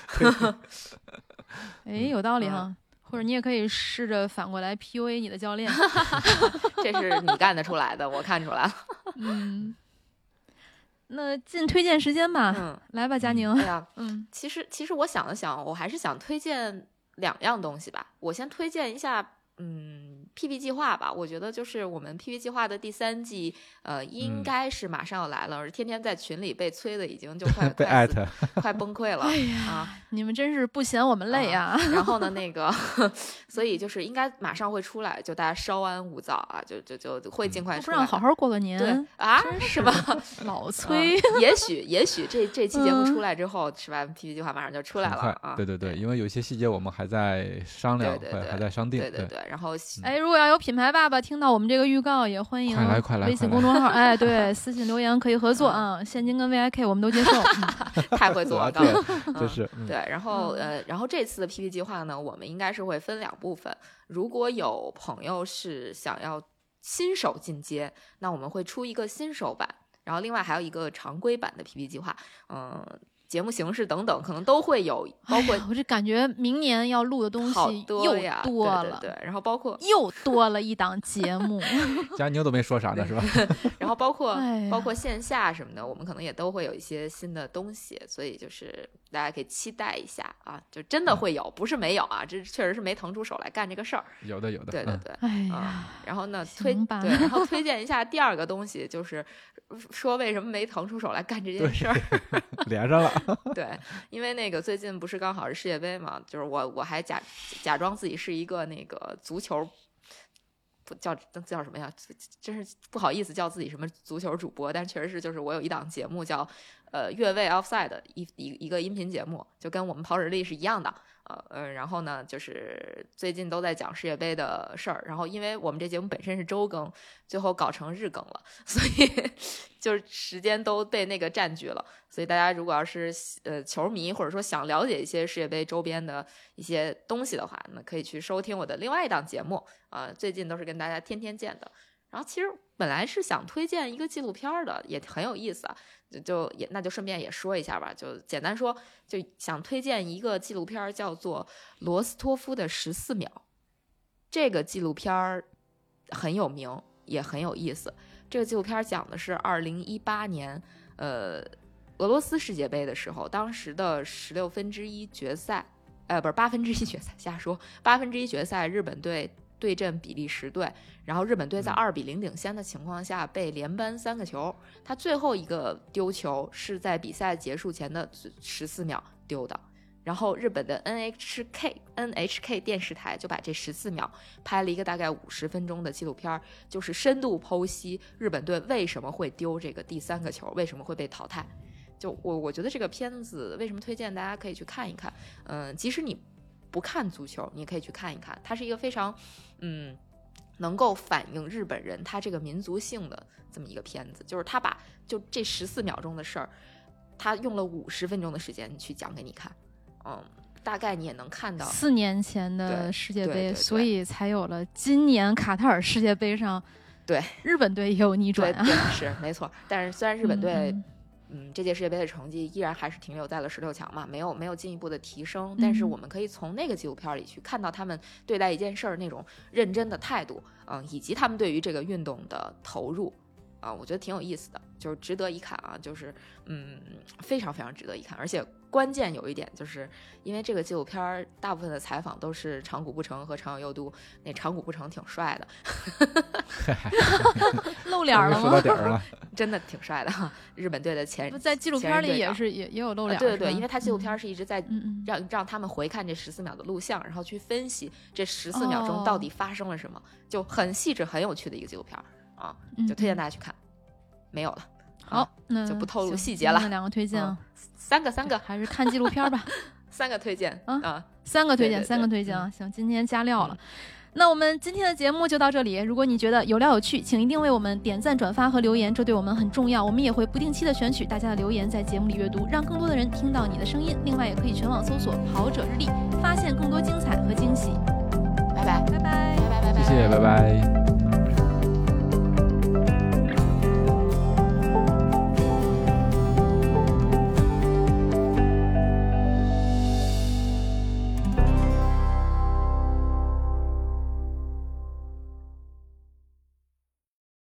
S1: 哎，有道理哈、嗯，或者你也可以试着反过来 P U A 你的教练，
S2: 这是你干得出来的，我看出来了。
S1: 嗯，那进推荐时间吧，
S2: 嗯，
S1: 来吧，佳宁。
S2: 哎呀，
S1: 嗯，
S2: 其实其实我想了想，我还是想推荐两样东西吧。我先推荐一下。嗯 ，P P 计划吧，我觉得就是我们 P P 计划的第三季，呃，应该是马上要来了，而、嗯、天天在群里被催的已经就快
S3: 被艾特，
S2: 快崩溃了。
S1: 哎呀、
S2: 啊，
S1: 你们真是不嫌我们累啊！
S2: 啊然后呢，那个，所以就是应该马上会出来，就大家稍安勿躁啊，就就就会尽快出来。
S1: 不让好好过个年，
S2: 对啊，
S1: 是
S2: 吧？
S1: 老催，
S2: 啊、也许也许这这期节目出来之后，嗯、是吧 ？P P 计划马上就出来了啊！
S3: 对对对，因为有些细节我们还在商量，
S2: 对对对
S3: 还在商定。
S2: 对对对，然后
S1: 哎。如果要有品牌爸爸听到我们这个预告，也欢迎微信公众号，哎，对，私信留言可以合作啊，现金跟 V I K 我们都接受。
S2: 嗯、太会做广告了，
S3: 这是、
S2: 嗯、对。然后呃，然后这次的 P P 计划呢，我们应该是会分两部分。如果有朋友是想要新手进阶，那我们会出一个新手版，然后另外还有一个常规版的 P P 计划，嗯。节目形式等等可能都会有，包括、
S1: 哎、我这感觉明年要录的东西又多了，
S2: 对对对，然后包括
S1: 又多了一档节目，
S3: 佳宁都没说啥呢是吧？
S2: 然后包括、哎、包括线下什么的，我们可能也都会有一些新的东西，所以就是大家可以期待一下啊，就真的会有，嗯、不是没有啊，这确实是没腾出手来干这个事儿，
S3: 有的有的，
S2: 对对对，
S1: 哎呀、
S2: 啊，然后呢推对，然后推荐一下第二个东西，就是说为什么没腾出手来干这件事儿，
S3: 连上了。
S2: 对，因为那个最近不是刚好是世界杯嘛，就是我我还假假装自己是一个那个足球，不叫叫什么呀？真是不好意思叫自己什么足球主播，但确实是就是我有一档节目叫呃越位 Offside 一一一个音频节目，就跟我们跑日历是一样的。呃呃，然后呢，就是最近都在讲世界杯的事儿，然后因为我们这节目本身是周更，最后搞成日更了，所以就是时间都被那个占据了。所以大家如果要是呃球迷，或者说想了解一些世界杯周边的一些东西的话，那可以去收听我的另外一档节目啊、呃，最近都是跟大家天天见的。然后其实本来是想推荐一个纪录片的，也很有意思啊，就就也那就顺便也说一下吧，就简单说，就想推荐一个纪录片叫做罗斯托夫的十四秒。这个纪录片很有名，也很有意思。这个纪录片讲的是二零一八年，呃，俄罗斯世界杯的时候，当时的十六分之一决赛，呃，不是八分之一决赛，瞎说，八分之一决赛，日本队对阵比利时队，然后日本队在二比零领先的情况下被连扳三个球，他最后一个丢球是在比赛结束前的十四秒丢的，然后日本的 N H K N H K 电视台就把这十四秒拍了一个大概五十分钟的纪录片，就是深度剖析日本队为什么会丢这个第三个球，为什么会被淘汰。就我我觉得这个片子为什么推荐大家可以去看一看，嗯、呃，即使你不看足球，你可以去看一看，它是一个非常嗯能够反映日本人他这个民族性的这么一个片子，就是他把就这十四秒钟的事儿，他用了五十分钟的时间去讲给你看，嗯，大概你也能看到
S1: 四年前的世界杯，
S2: 对对对对，
S1: 所以才有了今年卡塔尔世界杯上，
S2: 对
S1: 日本队也有逆转啊，
S2: 对对是没错，但是虽然日本队、嗯。 嗯，这届世界杯的成绩依然还是停留在了十六强嘛，没有没有进一步的提升。但是我们可以从那个纪录片里去看到他们对待一件事儿那种认真的态度，嗯，以及他们对于这个运动的投入，啊，我觉得挺有意思的，就是值得一看啊，就是嗯，非常非常值得一看。而且关键有一点，就是因为这个纪录片大部分的采访都是长谷部诚和长友佑都，那长谷部诚挺帅的，
S1: 露脸了吗？
S3: 说到点儿了，
S2: 真的挺帅的哈。日本队的前
S1: 不在纪录片里也是也也有露脸、
S2: 啊，对对对，因为他纪录片是一直在
S1: 嗯
S2: 让、嗯、让他们回看这十四秒的录像，然后去分析这十四秒钟到底发生了什么，哦、就很细致、很有趣的一个纪录片啊，就推荐大家去看。嗯、没有了。
S1: 好，
S2: 啊、
S1: 那
S2: 就不透露细节了。
S1: 两个推荐、
S2: 嗯，三个三个，
S1: 还是看纪录片吧。
S2: 三个推荐
S1: 啊
S2: 啊，
S1: 三个推荐，
S2: 对对对
S1: 三个推荐啊！
S2: 嗯、
S1: 行，今天加料了。嗯、那我们今天的节目就到这里。如果你觉得有料有趣，请一定为我们点赞、转发和留言，这对我们很重要。我们也会不定期的选取大家的留言，在节目里阅读，让更多的人听到你的声音。另外，也可以全网搜索“跑者日历”，发现更多精彩和惊喜。
S2: 拜拜，
S1: 拜拜，
S2: 拜拜，拜拜，
S3: 谢谢，拜拜。